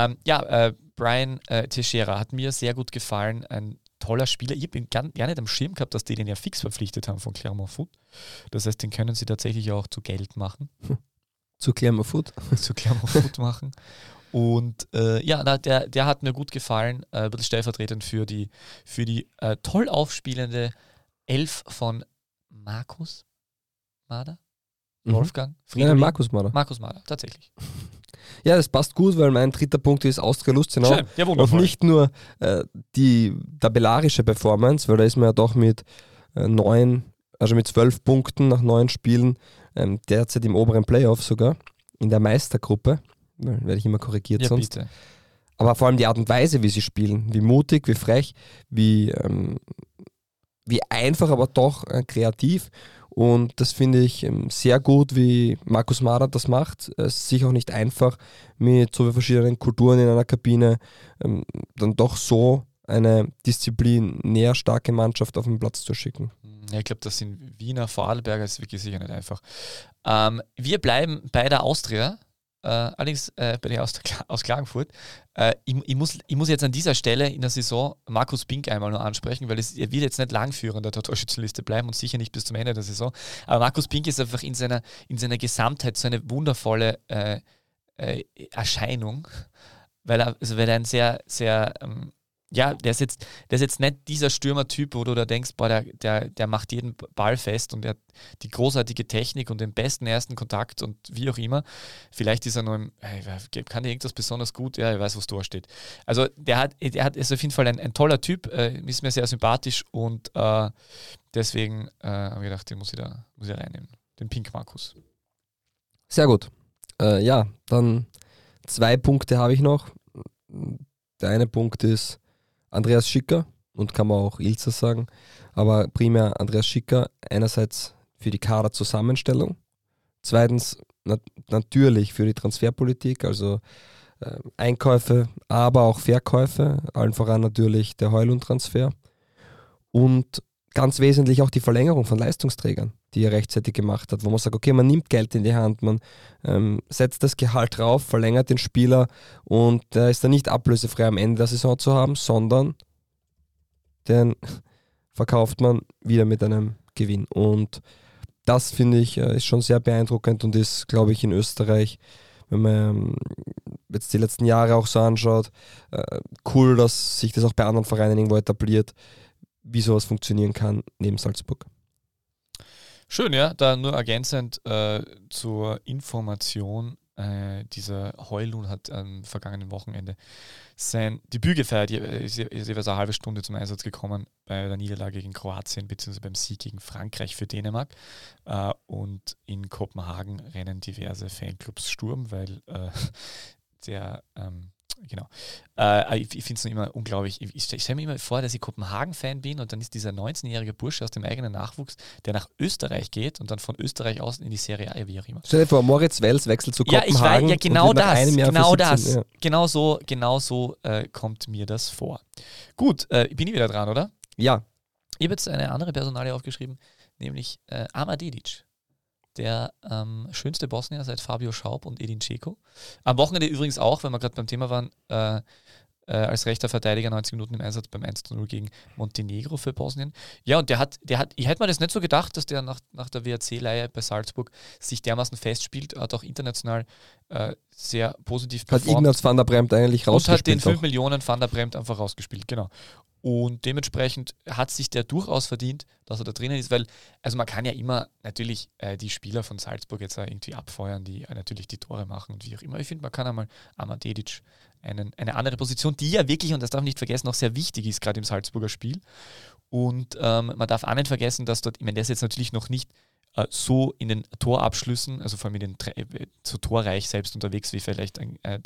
Brian Teixeira hat mir sehr gut gefallen, ein toller Spieler. Ich habe ihn gar nicht am Schirm gehabt, dass die den ja fix verpflichtet haben von Clermont Foot. Das heißt, den können sie tatsächlich auch zu Geld machen. Zu Clermont Foot? Zu Clermont Foot machen. Und der hat mir gut gefallen, ein bisschen stellvertretend für die toll aufspielende Elf von Markus Mader? Wolfgang? Nein, Markus Mader. Markus Mader, tatsächlich. Ja, das passt gut, weil mein dritter Punkt ist Austria Lustenau. Schön, ja, wundervoll. Und nicht nur die tabellarische Performance, weil da ist man ja doch mit 12 Punkten nach 9 Spielen derzeit im oberen Playoff sogar, in der Meistergruppe, werde ich immer korrigiert sonst. Bitte. Aber vor allem die Art und Weise, wie sie spielen, wie mutig, wie frech, wie einfach, aber doch kreativ. Und das finde ich sehr gut, wie Markus Mader das macht. Es ist sicher auch nicht einfach, mit so verschiedenen Kulturen in einer Kabine dann doch so eine disziplinär starke Mannschaft auf den Platz zu schicken. Ja, ich glaube, das sind Wiener Vorarlberger, ist wirklich sicher nicht einfach. Wir bleiben bei der Austria, allerdings bei der aus Klagenfurt. Ich muss jetzt an dieser Stelle in der Saison Markus Pink einmal nur ansprechen, weil er wird jetzt nicht langführend der Torschützenliste bleiben und sicher nicht bis zum Ende der Saison. Aber Markus Pink ist einfach in seiner Gesamtheit so eine wundervolle Erscheinung, weil er ein sehr, sehr der ist jetzt nicht dieser Stürmertyp, wo du da denkst, boah, der macht jeden Ball fest und er hat die großartige Technik und den besten ersten Kontakt und wie auch immer. Vielleicht ist er nur kann der irgendwas besonders gut? Ja, ich weiß, wo es durchsteht. Also ist auf jeden Fall ein toller Typ, ist mir sehr sympathisch und deswegen habe ich gedacht, den muss ich da reinnehmen. Den Pink Markus. Sehr gut. Dann 2 Punkte habe ich noch. Der eine Punkt ist Andreas Schicker und kann man auch Ilzer sagen, aber primär Andreas Schicker, einerseits für die Kaderzusammenstellung, zweitens natürlich für die Transferpolitik, also Einkäufe, aber auch Verkäufe, allen voran natürlich der Højlund-Transfer und ganz wesentlich auch die Verlängerung von Leistungsträgern, die er rechtzeitig gemacht hat, wo man sagt, okay, man nimmt Geld in die Hand, man setzt das Gehalt drauf, verlängert den Spieler und der ist dann nicht ablösefrei am Ende der Saison zu haben, sondern den verkauft man wieder mit einem Gewinn. Und das, finde ich, ist schon sehr beeindruckend und ist, glaube ich, in Österreich, wenn man jetzt die letzten Jahre auch so anschaut, cool, dass sich das auch bei anderen Vereinen irgendwo etabliert, wie sowas funktionieren kann neben Salzburg. Schön, ja. Da nur ergänzend zur Information, dieser Højlund hat am vergangenen Wochenende sein Debüt gefeiert. Er ist jeweils eine halbe Stunde zum Einsatz gekommen bei der Niederlage gegen Kroatien bzw. beim Sieg gegen Frankreich für Dänemark. Und in Kopenhagen rennen diverse Fanclubs Sturm, weil genau. Ich finde es noch immer unglaublich. Ich stelle mir immer vor, dass ich Kopenhagen-Fan bin und dann ist dieser 19-jährige Bursche aus dem eigenen Nachwuchs, der nach Österreich geht und dann von Österreich aus in die Serie A, wie auch immer. Stell dir vor, Moritz Wels wechselt zu Kopenhagen. Ja, genau das. Ja. Genau so kommt mir das vor. Gut, bin ich wieder dran, oder? Ja. Ich habe jetzt eine andere Personalie aufgeschrieben, nämlich Amar Dedić. Der schönste Bosnier seit Fabio Schaub und Edin Dzeko. Am Wochenende übrigens auch, wenn wir gerade beim Thema waren, als rechter Verteidiger 90 Minuten im Einsatz beim 1:0 gegen Montenegro für Bosnien. Ja, und ich hätte mir das nicht so gedacht, dass der nach der WRC-Leihe bei Salzburg sich dermaßen festspielt, hat auch international sehr positiv performt. Hat Ignaz van der Bremt eigentlich rausgespielt. Und hat den 5 Millionen Van der Bremt einfach rausgespielt, genau. Und dementsprechend hat sich der durchaus verdient, dass er da drinnen ist, weil, also man kann ja immer natürlich die Spieler von Salzburg jetzt irgendwie abfeuern, die natürlich die Tore machen und wie auch immer. Ich finde, man kann einmal Amar Dedić eine andere Position, die ja wirklich, und das darf man nicht vergessen, auch sehr wichtig ist, gerade im Salzburger Spiel. Und man darf auch nicht vergessen, dass dort, ich meine, der ist jetzt natürlich noch nicht so in den Torabschlüssen, also vor allem in den so torreich selbst unterwegs wie vielleicht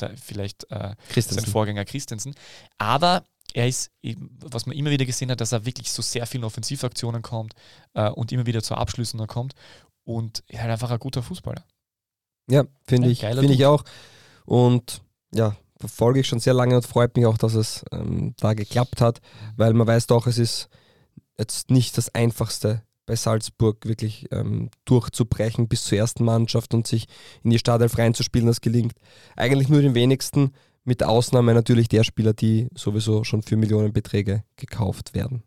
sein Vorgänger Christensen, aber er ist, was man immer wieder gesehen hat, dass er wirklich so sehr vielen Offensivaktionen kommt und immer wieder zu Abschlüssen noch kommt und er ist halt einfach ein guter Fußballer. Ja, finde ich auch. Und ja, verfolge ich schon sehr lange und freut mich auch, dass es da geklappt hat, weil man weiß doch, es ist jetzt nicht das Einfachste bei Salzburg wirklich durchzubrechen bis zur ersten Mannschaft und sich in die Startelf reinzuspielen. Das gelingt eigentlich nur den wenigsten, mit Ausnahme natürlich der Spieler, die sowieso schon für Millionenbeträge gekauft werden.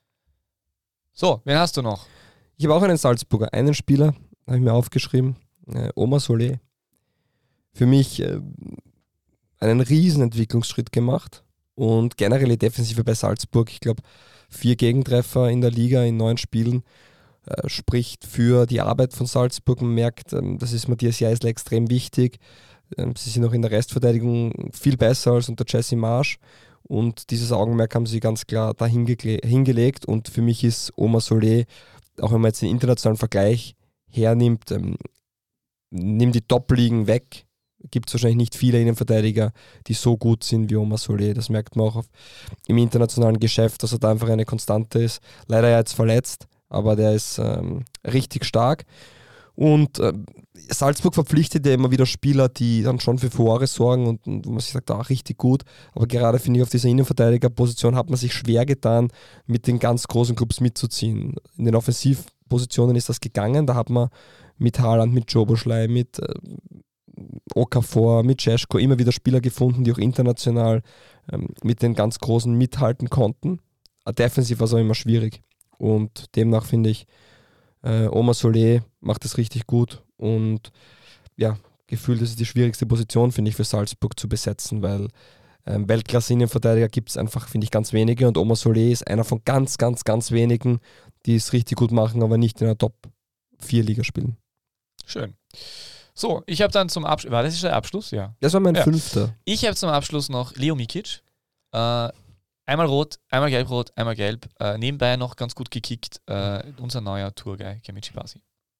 So, wen hast du noch? Ich habe auch einen Salzburger, einen Spieler, habe ich mir aufgeschrieben, Omar Solé. Für mich einen riesen Entwicklungsschritt gemacht und generell die Defensive bei Salzburg, ich glaube 4 Gegentreffer in der Liga in 9 Spielen, spricht für die Arbeit von Salzburg. Man merkt, das ist Matthias Jeißler extrem wichtig. Sie sind auch in der Restverteidigung viel besser als unter Jesse Marsch und dieses Augenmerk haben sie ganz klar dahin hingelegt und für mich ist Omar Solé, auch wenn man jetzt den internationalen Vergleich hernimmt, nimm die Top-Ligen weg, gibt es wahrscheinlich nicht viele Innenverteidiger, die so gut sind wie Omar Solé. Das merkt man auch im internationalen Geschäft, dass er da einfach eine Konstante ist. Leider ja jetzt verletzt, aber der ist richtig stark. Und Salzburg verpflichtet ja immer wieder Spieler, die dann schon für Furore sorgen und wo man sich sagt, richtig gut. Aber gerade finde ich, auf dieser Innenverteidigerposition hat man sich schwer getan, mit den ganz großen Clubs mitzuziehen. In den Offensivpositionen ist das gegangen. Da hat man mit Haaland, mit Szoboszlai, mit Okafor, mit Šeško immer wieder Spieler gefunden, die auch international mit den ganz Großen mithalten konnten. Defensiv war es auch immer schwierig. Und demnach finde ich, Omar Solé macht es richtig gut. Und ja, gefühlt ist es die schwierigste Position, finde ich, für Salzburg zu besetzen, weil Weltklasse-Innenverteidiger gibt es einfach, finde ich, ganz wenige. Und Omar Solé ist einer von ganz, ganz, ganz wenigen, die es richtig gut machen, aber nicht in einer Top-4-Liga spielen. Schön. So, ich habe dann zum Abschluss, war das der Abschluss? Ja. Das war mein 5. Ich habe zum Abschluss noch Leo Mikic. Einmal rot, einmal gelb-rot, einmal gelb. Nebenbei noch ganz gut gekickt. Unser neuer Tourguy, Kemichi Basi.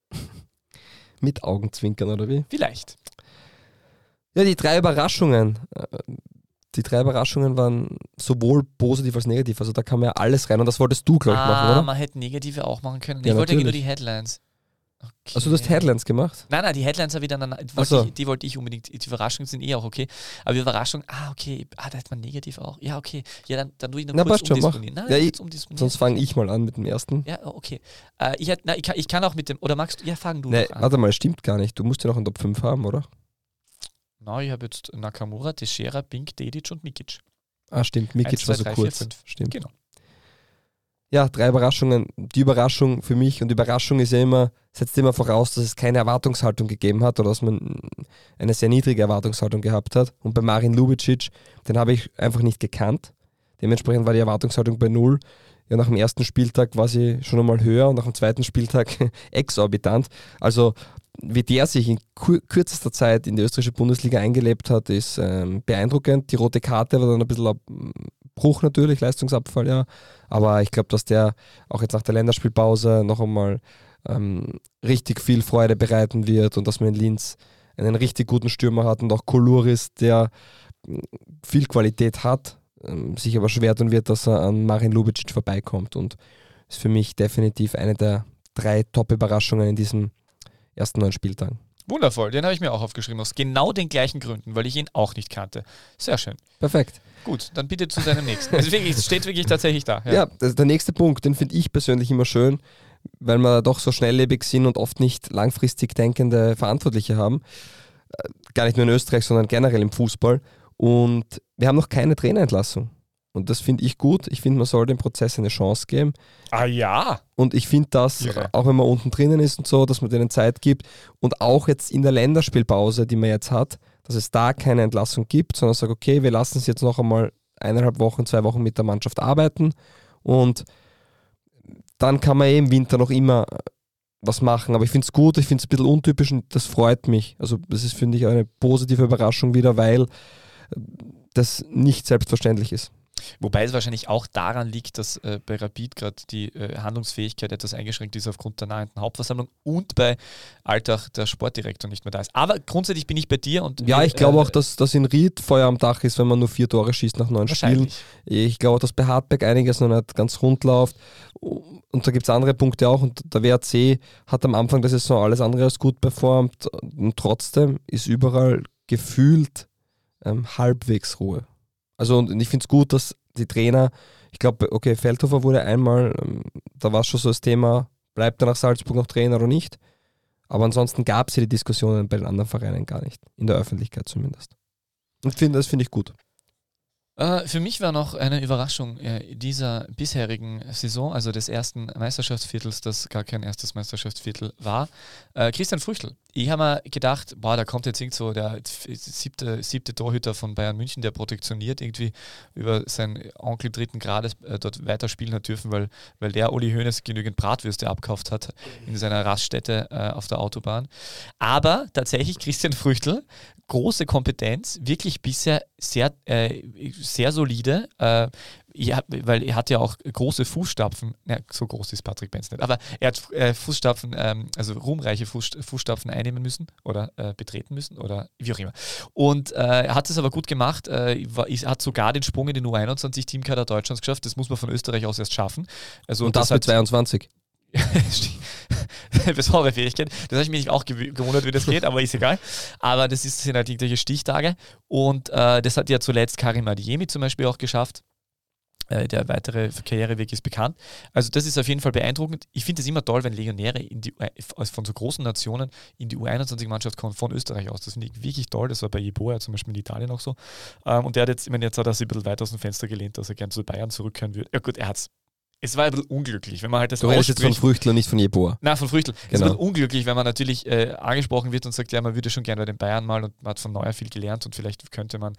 Mit Augenzwinkern, oder wie? Vielleicht. Ja, die 3 Überraschungen. Die 3 Überraschungen waren sowohl positiv als negativ. Also da kam ja alles rein und das wolltest du, glaube ich, machen, oder? Man hätte negative auch machen können. Ja, ich wollte ja nur natürlich. die Headlines. Okay. Also du hast Headlines gemacht? Nein, die Headlines habe ich dann, die wollte ich unbedingt, die Überraschungen sind auch okay, aber die Überraschung, okay, da hat man negativ auch, ja okay, ja dann tue ich noch kurz umdisponieren. Sonst fange ich mal an mit dem ersten. Ja, okay. Ich kann auch mit dem, oder magst du, ja, fang du an. Warte mal, stimmt gar nicht, du musst ja noch einen Top 5 haben, oder? Ich habe jetzt Nakamura, Teixeira, Pink, Dedic und Mikic. Stimmt, Mikic 1, 2, war so 3, kurz. 4, 5. Stimmt. Genau. Ja, 3 Überraschungen. Die Überraschung für mich, und die Überraschung ist ja immer, setzt immer voraus, dass es keine Erwartungshaltung gegeben hat oder dass man eine sehr niedrige Erwartungshaltung gehabt hat. Und bei Marin Ljubicic, den habe ich einfach nicht gekannt. Dementsprechend war die Erwartungshaltung bei 0. Ja, nach dem ersten Spieltag war sie schon einmal höher und nach dem zweiten Spieltag exorbitant. Also wie der sich in kürzester Zeit in die österreichische Bundesliga eingelebt hat, ist beeindruckend. Die rote Karte war dann ein bisschen Bruch natürlich, Leistungsabfall, ja. Aber ich glaube, dass der auch jetzt nach der Länderspielpause noch einmal richtig viel Freude bereiten wird und dass man in Linz einen richtig guten Stürmer hat und auch Koluris, der viel Qualität hat, sich aber schwer tun wird, dass er an Marin Ljubicic vorbeikommt. Und ist für mich definitiv eine der 3 Top-Überraschungen in diesem ersten 9 Spieltagen. Wundervoll, den habe ich mir auch aufgeschrieben, aus genau den gleichen Gründen, weil ich ihn auch nicht kannte. Sehr schön. Perfekt. Gut, dann bitte zu deinem nächsten. Es steht wirklich tatsächlich da. Ja, der nächste Punkt, den finde ich persönlich immer schön, weil wir doch so schnelllebig sind und oft nicht langfristig denkende Verantwortliche haben. Gar nicht nur in Österreich, sondern generell im Fußball. Und wir haben noch keine Trainerentlassung. Und das finde ich gut. Ich finde, man soll dem Prozess eine Chance geben. Ja. Und ich finde das, auch wenn man unten drinnen ist und so, dass man denen Zeit gibt. Und auch jetzt in der Länderspielpause, die man jetzt hat, dass es da keine Entlassung gibt, sondern sagt, okay, wir lassen es jetzt noch einmal 1,5 Wochen, 2 Wochen mit der Mannschaft arbeiten. Und dann kann man im Winter noch immer was machen. Aber ich finde es gut, ich finde es ein bisschen untypisch und das freut mich. Also das ist, finde ich, eine positive Überraschung wieder, weil das nicht selbstverständlich ist. Wobei es wahrscheinlich auch daran liegt, dass bei Rapid gerade die Handlungsfähigkeit etwas eingeschränkt ist aufgrund der nahenden Hauptversammlung und bei Alltag der Sportdirektor nicht mehr da ist. Aber grundsätzlich bin ich bei dir. Und ja, ich glaube auch, dass in Ried Feuer am Dach ist, wenn man nur 4 Tore schießt nach 9 Spielen. Ich glaube auch, dass bei Hartberg einiges noch nicht ganz rund läuft. Und da gibt es andere Punkte auch. Und der WRC hat am Anfang der Saison alles andere als gut performt. Und trotzdem ist überall gefühlt halbwegs Ruhe. Also und ich finde es gut, dass die Trainer, ich glaube, okay, Feldhofer wurde einmal, da war es schon so das Thema, bleibt er nach Salzburg noch Trainer oder nicht? Aber ansonsten gab es ja die Diskussionen bei den anderen Vereinen gar nicht, in der Öffentlichkeit zumindest. Und das finde ich gut. Für mich war noch eine Überraschung dieser bisherigen Saison, also des ersten Meisterschaftsviertels, das gar kein erstes Meisterschaftsviertel war, Christian Früchtl. Ich habe mir gedacht, da kommt jetzt irgend so der siebte Torhüter von Bayern München, der protektioniert irgendwie über seinen Onkel 3. Grades dort weiterspielen hat dürfen, weil der Uli Hoeneß genügend Bratwürste abgekauft hat in seiner Raststätte auf der Autobahn. Aber tatsächlich Christian Früchtl, große Kompetenz, wirklich bisher sehr solide, ja, weil er hat ja auch große Fußstapfen, so groß ist Patrick Benz nicht, aber er hat Fußstapfen, also ruhmreiche Fußstapfen einnehmen müssen oder betreten müssen oder wie auch immer. Und er hat es aber gut gemacht, hat sogar den Sprung in den U21-Teamkader Deutschlands geschafft, das muss man von Österreich aus erst schaffen. Also, und das mit 22. Besondere Fähigkeit. Das habe ich mich auch gewundert, wie das geht, aber ist egal. Aber das sind halt irgendwelche Stichtage. Und das hat ja zuletzt Karim Adeyemi zum Beispiel auch geschafft. Der weitere Karriereweg ist bekannt. Also das ist auf jeden Fall beeindruckend. Ich finde es immer toll, wenn Legionäre von so großen Nationen in die U21-Mannschaft kommen, von Österreich aus. Das finde ich wirklich toll. Das war bei Jeboa zum Beispiel in Italien auch so. Und der hat jetzt hat er sich ein bisschen weit aus dem Fenster gelehnt, dass er gerne zu Bayern zurückkehren würde. Ja gut, es war ein bisschen unglücklich, wenn man halt das Du redest jetzt von Früchtl und nicht von Jeboa. Nein, von Früchtl. Genau. Es ist ein bisschen unglücklich, wenn man natürlich angesprochen wird und sagt, ja, man würde schon gerne bei den Bayern mal und man hat von Neuer viel gelernt und vielleicht könnte man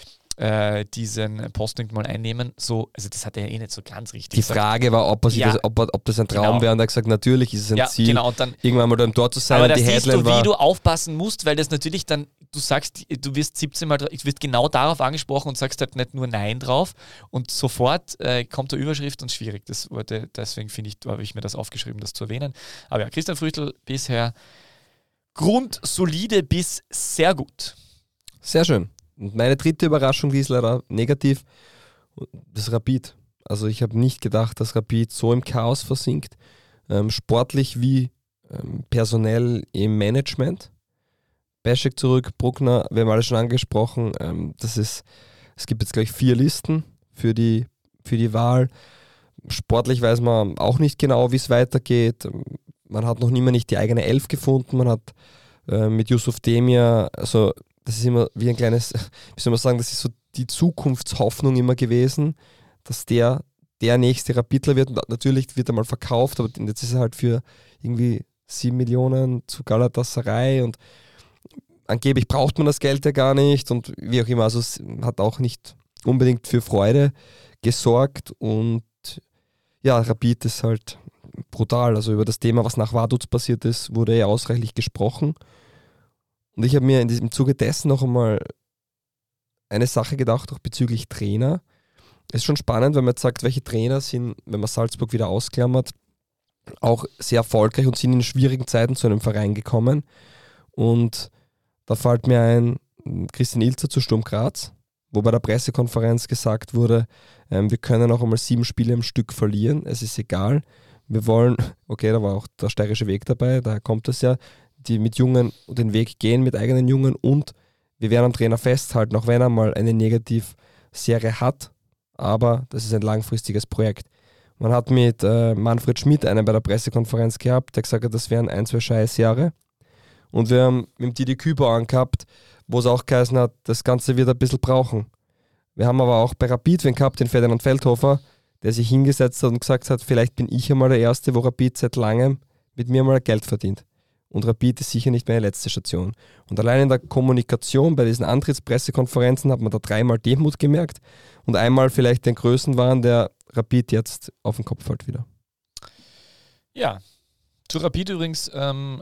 diesen Posten mal einnehmen. So, also das hat er nicht so ganz richtig Die Frage war, ob das ein Traum wäre, und er hat gesagt, natürlich ist es ein Ziel, und dann, irgendwann mal da im Tor zu sein. Aber da die siehst Headline du, wie war, du aufpassen musst, weil das natürlich dann, du sagst, du wirst 17 Mal, ich wirst genau darauf angesprochen und sagst halt nicht nur Nein drauf und sofort kommt der Überschrift und schwierig. Deswegen habe ich mir das aufgeschrieben, das zu erwähnen. Aber ja, Christian Früchtl bisher grundsolide bis sehr gut. Sehr schön. Und meine dritte Überraschung, die ist leider negativ, das Rapid. Also ich habe nicht gedacht, dass Rapid so im Chaos versinkt, sportlich wie personell im Management. Beschek zurück, Bruckner, wir haben alle schon angesprochen, es gibt jetzt gleich 4 Listen für die Wahl. Sportlich weiß man auch nicht genau, wie es weitergeht. Man hat noch nicht die eigene 11 gefunden, man hat mit Yusuf Demir, also das ist immer wie ein kleines, wie soll man sagen, das ist so die Zukunftshoffnung immer gewesen, dass der nächste Rapidler wird. Und natürlich wird er mal verkauft, aber jetzt ist er halt für irgendwie 7 Millionen zu Galatasaray und angeblich braucht man das Geld ja gar nicht und wie auch immer. Also es hat auch nicht unbedingt für Freude gesorgt und ja, Rapid ist halt brutal. Also über das Thema, was nach Vaduz passiert ist, wurde ja ausreichlich gesprochen. Und ich habe mir in diesem Zuge dessen noch einmal eine Sache gedacht, auch bezüglich Trainer. Es ist schon spannend, wenn man jetzt sagt, welche Trainer sind, wenn man Salzburg wieder ausklammert, auch sehr erfolgreich und sind in schwierigen Zeiten zu einem Verein gekommen. Und da fällt mir ein Christian Ilzer zu Sturm Graz, wo bei der Pressekonferenz gesagt wurde, wir können auch einmal 7 Spiele am Stück verlieren, es ist egal. Wir wollen, okay, da war auch der steirische Weg dabei, daher kommt es ja, die mit Jungen den Weg gehen, mit eigenen Jungen, und wir werden am Trainer festhalten, auch wenn er mal eine Negativserie hat, aber das ist ein langfristiges Projekt. Man hat mit Manfred Schmidt einen bei der Pressekonferenz gehabt, der gesagt hat, das wären 1-2 Scheißjahre. Und wir haben mit dem Didi Küber angehabt, wo es auch geheißen hat, das Ganze wird ein bisschen brauchen. Wir haben aber auch bei Rapid wen gehabt, den Ferdinand Feldhofer, der sich hingesetzt hat und gesagt hat, vielleicht bin ich einmal der Erste, wo Rapid seit langem mit mir mal Geld verdient. Und Rapid ist sicher nicht meine letzte Station. Und allein in der Kommunikation bei diesen Antrittspressekonferenzen hat man da 3-mal Demut gemerkt und einmal vielleicht den Größenwahn, der Rapid jetzt auf den Kopf fällt wieder. Ja, zu Rapid übrigens kann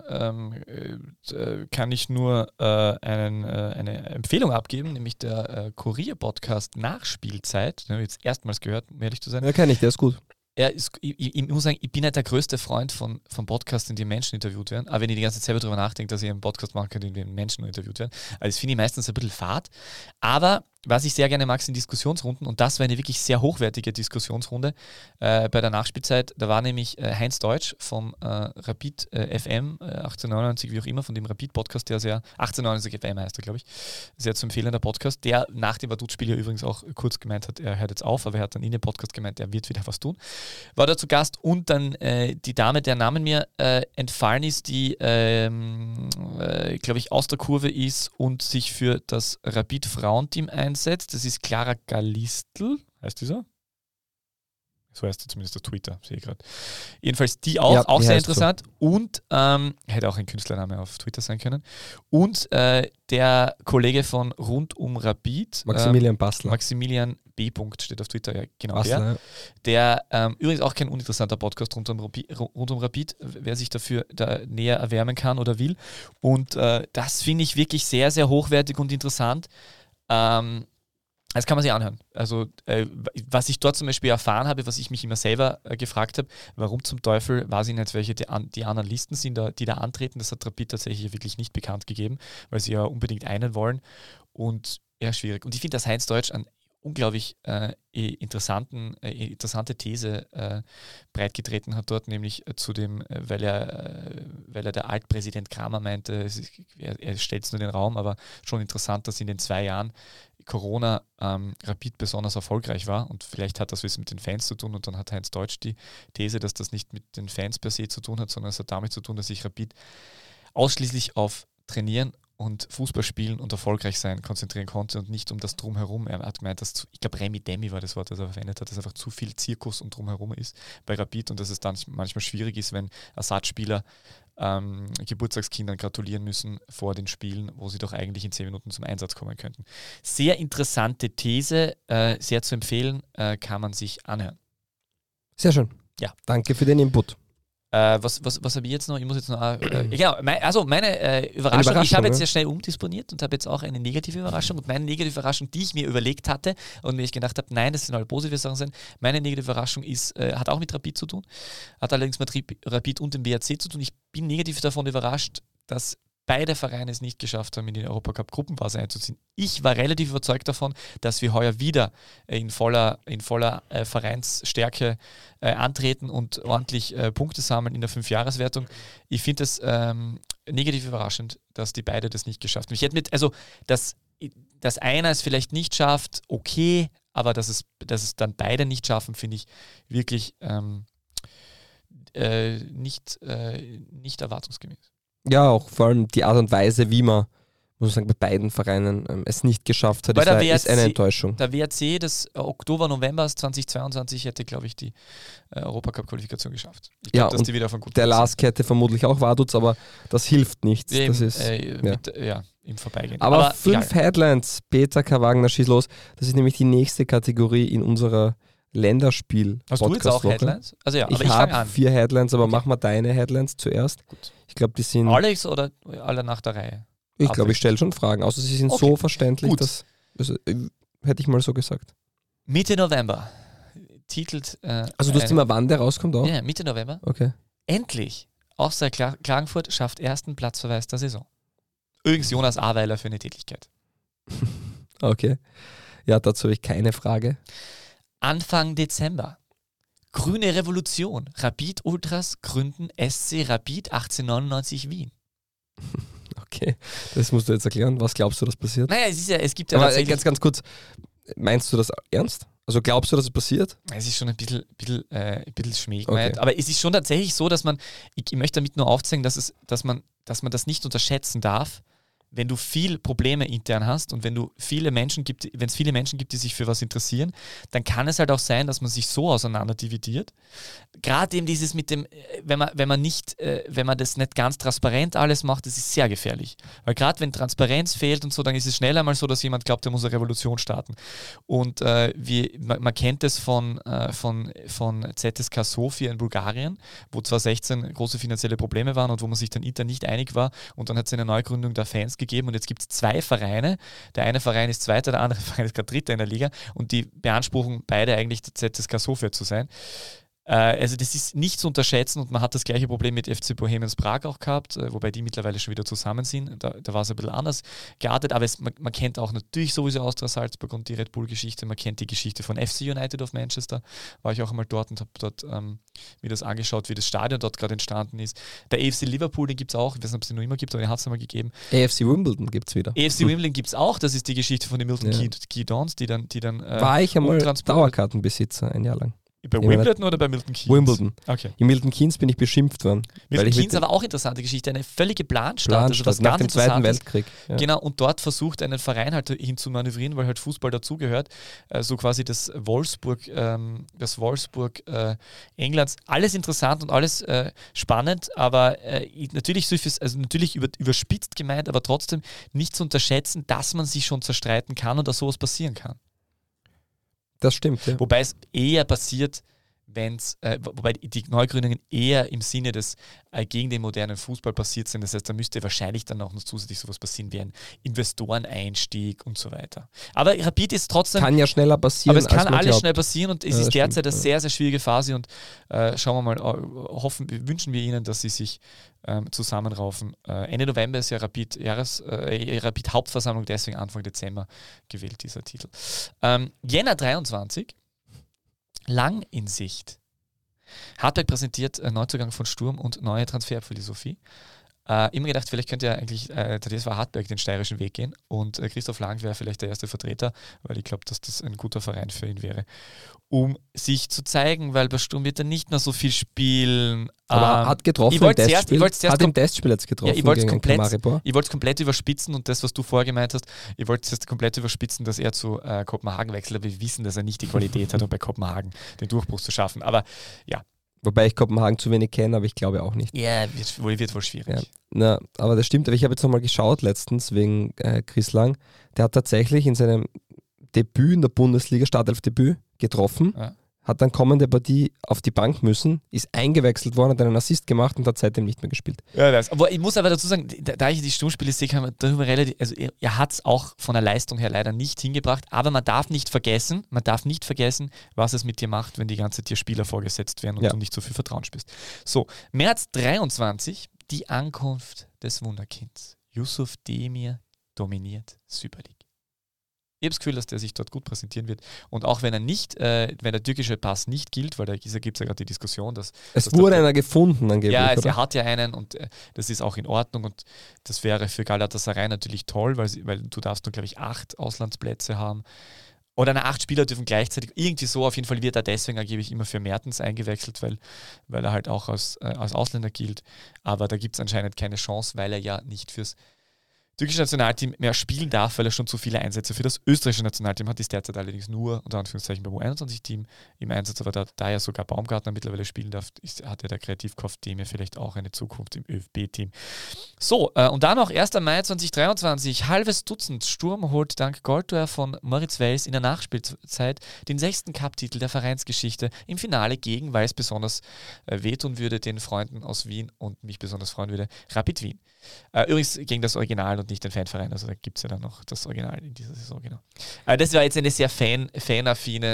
ich nur eine Empfehlung abgeben, nämlich der Kurier-Podcast Nachspielzeit. Den habe ich jetzt erstmals gehört, um ehrlich zu sein. Ja, kenne ich, der ist gut. Ich muss sagen, ich bin nicht der größte Freund von Podcasts, in denen Menschen interviewt werden. Aber wenn ich die ganze Zeit selber darüber nachdenke, dass ich einen Podcast machen könnte, in dem Menschen interviewt werden. Also das finde ich meistens ein bisschen fad. Aber was ich sehr gerne mag, sind Diskussionsrunden. Und das war eine wirklich sehr hochwertige Diskussionsrunde bei der Nachspielzeit. Da war nämlich Heinz Deutsch vom Rapid FM 1899, wie auch immer, von dem Rapid-Podcast, der sehr, 1899 FM heißt er, glaube ich, sehr zu empfehlender Podcast, der nach dem Vaduz-Spiel ja übrigens auch kurz gemeint hat, er hört jetzt auf, aber er hat dann in dem Podcast gemeint, er wird wieder was tun. War da zu Gast und dann die Dame, der Name mir entfallen ist, die, glaube ich, aus der Kurve ist und sich für das Rapid-Frauenteam einsetzt. Das ist Clara Galistl, heißt die so? So heißt sie zumindest auf Twitter, sehe ich gerade. Jedenfalls die auch, ja, auch sehr interessant. So. Und hätte auch ein Künstlername auf Twitter sein können. Und der Kollege von Rund um Rapid, Maximilian Bassler. Maximilian B. steht auf Twitter, ja, genau. Bassler, der übrigens auch kein uninteressanter Podcast rund um Rapid, wer sich dafür da näher erwärmen kann oder will. Und das finde ich wirklich sehr, sehr hochwertig und interessant. Das kann man sich anhören. Also, was ich dort zum Beispiel erfahren habe, was ich mich immer selber gefragt habe, warum zum Teufel weiß ich nicht, welche die anderen Listen sind, die da antreten. Das hat Rapid tatsächlich wirklich nicht bekannt gegeben, weil sie ja unbedingt einen wollen. Und ja, schwierig. Und ich finde, dass Heinz Deutsch einen unglaublich interessante These breitgetreten hat dort, nämlich zu dem, weil er der Altpräsident Kramer meinte, er stellt es nur in den Raum, aber schon interessant, dass in den 2 Jahren Corona Rapid besonders erfolgreich war und vielleicht hat das was mit den Fans zu tun und dann hat Heinz Deutsch die These, dass das nicht mit den Fans per se zu tun hat, sondern es hat damit zu tun, dass sich Rapid ausschließlich auf Trainieren und Fußball spielen und erfolgreich sein konzentrieren konnte und nicht um das Drumherum. Er hat gemeint, dass ich glaube Remi Demi war das Wort, das er verwendet hat, dass einfach zu viel Zirkus und Drumherum ist bei Rapid und dass es dann manchmal schwierig ist, wenn Ersatzspieler Geburtstagskindern gratulieren müssen vor den Spielen, wo sie doch eigentlich in 10 Minuten zum Einsatz kommen könnten. Sehr interessante These, sehr zu empfehlen, kann man sich anhören. Sehr schön. Ja. Danke für den Input. Was habe ich jetzt noch? Ich muss jetzt noch. Genau, meine Überraschung. Ich habe jetzt sehr schnell umdisponiert und habe jetzt auch eine negative Überraschung. Und meine negative Überraschung, die ich mir überlegt hatte und mir ich gedacht habe, nein, das sind alle positive Sachen sein. Meine negative Überraschung hat auch mit Rapid zu tun, hat allerdings mit Rapid und dem BRC zu tun. Ich bin negativ davon überrascht, dass beide Vereine es nicht geschafft haben, in die Europacup-Gruppenphase einzuziehen. Ich war relativ überzeugt davon, dass wir heuer wieder in voller Vereinsstärke antreten und ordentlich Punkte sammeln in der 5-Jahreswertung. Ich finde es negativ überraschend, dass die beide das nicht geschafft haben. Ich hätte dass einer es vielleicht nicht schafft, okay, aber dass es dann beide nicht schaffen, finde ich wirklich nicht erwartungsgemäß. Ja, auch vor allem die Art und Weise, wie man, muss man sagen, bei beiden Vereinen es nicht geschafft hat, ist eine Enttäuschung. Der WRC des Oktober, November 2022 hätte, glaube ich, die Europacup-Qualifikation geschafft. Ich glaube, dass die wieder auf einen guten der Lask hätte vermutlich auch Vaduz, aber das hilft nichts. Das ist, im Vorbeigehen. Aber 5 Headlines, Peter K. Wagner, schieß los. Das ist nämlich die nächste Kategorie in unserer Länderspiel. Hast du jetzt auch Headlines? Also ja, aber ich habe 4 Headlines, aber mach mal deine Headlines zuerst. Gut. Ich glaube, die sind... Alex oder alle nach der Reihe? Ich glaube, ich stelle schon Fragen, außer sie sind so verständlich, dass... hätte ich mal so gesagt. Mitte November titelt... also du hast immer, wann der rauskommt auch? Ja, Mitte November. Okay. Endlich! Austria Klagenfurt schafft ersten Platzverweis der Saison. Übrigens Jonas Aweiler für eine Tätigkeit. Okay. Ja, dazu habe ich keine Frage. Anfang Dezember. Grüne Revolution. Rapid Ultras gründen SC Rapid 1899 Wien. Okay, das musst du jetzt erklären. Was glaubst du, dass passiert? Naja, es gibt ja aber tatsächlich... ganz kurz, meinst du das ernst? Also glaubst du, dass es passiert? Es ist schon ein bisschen schmäh gemeint. Okay. Aber es ist schon tatsächlich so, dass ich möchte damit nur aufzeigen, dass man das nicht unterschätzen darf, wenn du viel Probleme intern hast und wenn es viele Menschen gibt, die sich für was interessieren, dann kann es halt auch sein, dass man sich so auseinander dividiert. Gerade eben dieses mit dem, wenn man das nicht ganz transparent alles macht, das ist sehr gefährlich. Weil gerade wenn Transparenz fehlt und so, dann ist es schnell einmal so, dass jemand glaubt, er muss eine Revolution starten. Und man kennt es von ZSK Sofia in Bulgarien, wo 2016 große finanzielle Probleme waren und wo man sich dann intern nicht einig war und dann hat es eine Neugründung der Fans gegeben und jetzt gibt es 2 Vereine. Der eine Verein ist Zweiter, der andere Verein ist gerade Dritter in der Liga und die beanspruchen beide eigentlich der ZSK Sofia zu sein. Also das ist nicht zu unterschätzen und man hat das gleiche Problem mit FC Bohemians Prag auch gehabt, wobei die mittlerweile schon wieder zusammen sind. Da war es ein bisschen anders geartet, aber man kennt auch natürlich sowieso Austria Salzburg und die Red Bull-Geschichte. Man kennt die Geschichte von FC United of Manchester. War ich auch einmal dort und habe dort mir das angeschaut, wie das Stadion dort gerade entstanden ist. Der AFC Liverpool, den gibt es auch. Ich weiß nicht, ob es den noch immer gibt, aber den hat es einmal gegeben. AFC Wimbledon gibt es wieder. AFC Wimbledon gibt es auch. Das ist die Geschichte von den Milton Key Dons, die dann war ich einmal Dauerkartenbesitzer ein Jahr lang. Bei Wimbledon oder bei Milton Keynes? Wimbledon. Okay. In Milton Keynes bin ich beschimpft worden. Milton Keynes aber auch interessante Geschichte, eine völlige Planstadt. Also was nach ganz dem Zweiten Weltkrieg. Ja. Genau, und dort versucht einen Verein halt hin zu manövrieren, weil halt Fußball dazugehört. So quasi das Wolfsburg Englands. Alles interessant und alles spannend, aber natürlich überspitzt gemeint, aber trotzdem nicht zu unterschätzen, dass man sich schon zerstreiten kann und dass sowas passieren kann. Das stimmt, ja. Wobei es eher passiert, wobei die Neugründungen eher im Sinne des gegen den modernen Fußball passiert sind. Das heißt, da müsste wahrscheinlich dann auch noch zusätzlich sowas passieren wie ein Investoreneinstieg und so weiter. Aber Rapid ist trotzdem... Kann ja schneller passieren, aber es kann alles glaubt. schnell passieren und es ist derzeit eine sehr, sehr schwierige Phase und schauen wir mal, wünschen wir ihnen, dass sie sich zusammenraufen. Ende November ist ja Rapid Hauptversammlung, deswegen Anfang Dezember gewählt dieser Titel. Jänner 23, lang in Sicht. Hartberg präsentiert Neuzugang von Sturm und neue Transferphilosophie. Immer gedacht, vielleicht könnte ja eigentlich der TSV Hartberg den steirischen Weg gehen und Christoph Lang wäre vielleicht der erste Vertreter, weil ich glaube, dass das ein guter Verein für ihn wäre, um sich zu zeigen, weil bei Sturm wird er nicht mehr so viel spielen. Aber hat getroffen im Testspiel. Hat im Testspiel jetzt getroffen. Ja, ich wollte es komplett überspitzen und das, was du vorher gemeint hast, ich wollte es jetzt komplett überspitzen, dass er zu Kopenhagen wechselt, aber wir wissen, dass er nicht die Qualität hat, um bei Kopenhagen den Durchbruch zu schaffen. Aber ja. Wobei ich Kopenhagen zu wenig kenne, aber ich glaube auch nicht. Ja, wird wohl schwierig. Ja. Na, aber das stimmt. Aber ich habe jetzt nochmal geschaut letztens wegen Chris Lang. Der hat tatsächlich in seinem Debüt in der Bundesliga, Startelf-Debüt, getroffen, hat dann kommende Partie auf die Bank müssen, ist eingewechselt worden, hat einen Assist gemacht und hat seitdem nicht mehr gespielt. Ja, aber ich muss aber dazu sagen, da ich die Sturmspiele sehe, kann man darüber relativ, also er hat es auch von der Leistung her leider nicht hingebracht, aber man darf nicht vergessen, was es mit dir macht, wenn die ganze Zeit dir Spieler vorgesetzt werden und du nicht so viel Vertrauen spürst. So, März 23, die Ankunft des Wunderkinds. Yusuf Demir dominiert Super League. Ich habe das Gefühl, dass der sich dort gut präsentieren wird. Und auch wenn wenn der türkische Pass nicht gilt, weil da gibt es ja gerade die Diskussion, dass... Es wurde einer gefunden angeblich, ja, er hat ja einen und das ist auch in Ordnung und das wäre für Galatasaray natürlich toll, weil du darfst nur, glaube ich, 8 Auslandsplätze haben. Oder 8 Spieler dürfen gleichzeitig, irgendwie so, auf jeden Fall wird er deswegen angeblich immer für Mertens eingewechselt, weil er halt auch als Ausländer gilt. Aber da gibt es anscheinend keine Chance, weil er ja nicht fürs türkische Nationalteam mehr spielen darf, weil er schon zu viele Einsätze für das österreichische Nationalteam hat, ist derzeit allerdings nur unter Anführungszeichen beim U21-Team im Einsatz, aber da ja sogar Baumgartner mittlerweile spielen darf, hat ja der Kreativkopf dem ja vielleicht auch eine Zukunft im ÖFB-Team. So, und dann noch 1. Mai 2023, halbes Dutzend. Sturm holt dank Goldtor von Moritz Wels in der Nachspielzeit den 6. Cup-Titel der Vereinsgeschichte im Finale gegen, weil es besonders wehtun würde, den Freunden aus Wien und mich besonders freuen würde, Rapid Wien. Übrigens gegen das Original und nicht den Fanverein, also da gibt es ja dann noch das Original in dieser Saison, genau. Das war jetzt eine sehr fanaffine,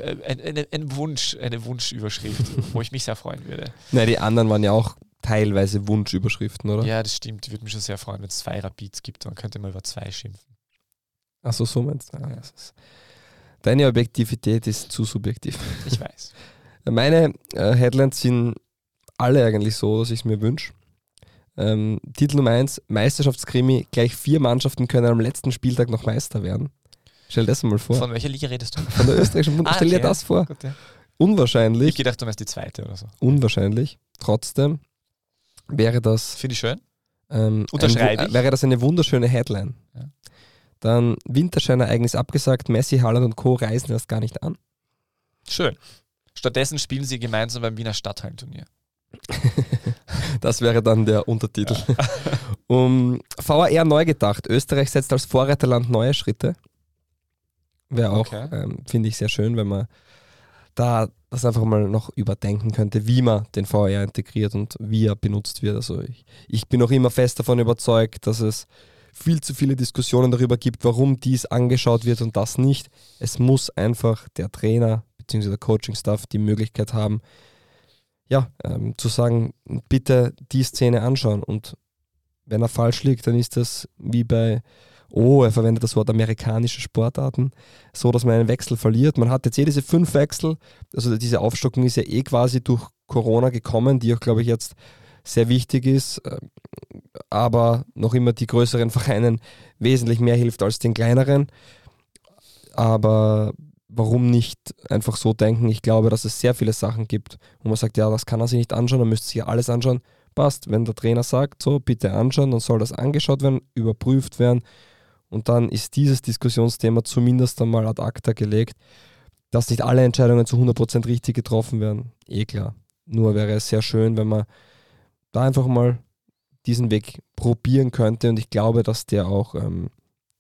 eine Wunschüberschrift, wo ich mich sehr freuen würde. Nein, die anderen waren ja auch teilweise Wunschüberschriften, oder? Ja, das stimmt. Ich würde mich schon sehr freuen, wenn es 2 Rapids gibt, dann könnte man über 2 schimpfen. Achso, so meinst du? Deine Objektivität ist zu subjektiv. Ich weiß. Meine Headlines sind alle eigentlich so, dass ich es mir wünsche. Titel Nummer 1, Meisterschaftskrimi, gleich 4 Mannschaften können am letzten Spieltag noch Meister werden. Stell das mal vor. Von welcher Liga redest du? Von der österreichischen Bundesliga. Stell dir das vor. Gut, ja. Unwahrscheinlich. Ich gedacht, du meinst die 2. oder so. Unwahrscheinlich. Trotzdem wäre das... Finde ich schön. Unterschreibe ich. Wäre das eine wunderschöne Headline. Ja. Dann Winterschein-Ereignis abgesagt, Messi, Haaland und Co. reisen erst gar nicht an. Schön. Stattdessen spielen sie gemeinsam beim Wiener Stadthallenturnier. Das wäre dann der Untertitel. Ja. VAR neu gedacht. Österreich setzt als Vorreiterland neue Schritte. Wäre auch, finde ich, sehr schön, wenn man da das einfach mal noch überdenken könnte, wie man den VAR integriert und wie er benutzt wird. Also ich bin auch immer fest davon überzeugt, dass es viel zu viele Diskussionen darüber gibt, warum dies angeschaut wird und das nicht. Es muss einfach der Trainer bzw. der Coaching-Staff die Möglichkeit haben, zu sagen, bitte die Szene anschauen und wenn er falsch liegt, dann ist das wie bei, er verwendet das Wort amerikanische Sportarten, so, dass man einen Wechsel verliert. Man hat jetzt diese 5 Wechsel, also diese Aufstockung ist ja quasi durch Corona gekommen, die auch, glaube ich, jetzt sehr wichtig ist, aber noch immer die größeren Vereinen wesentlich mehr hilft als den kleineren. Aber warum nicht einfach so denken? Ich glaube, dass es sehr viele Sachen gibt, wo man sagt, ja, das kann er sich nicht anschauen, dann müsste sich ja alles anschauen. Passt, wenn der Trainer sagt, so, bitte anschauen, dann soll das angeschaut werden, überprüft werden und dann ist dieses Diskussionsthema zumindest einmal ad acta gelegt, dass nicht alle Entscheidungen zu 100% richtig getroffen werden. Klar. Nur wäre es sehr schön, wenn man da einfach mal diesen Weg probieren könnte und ich glaube, dass der auch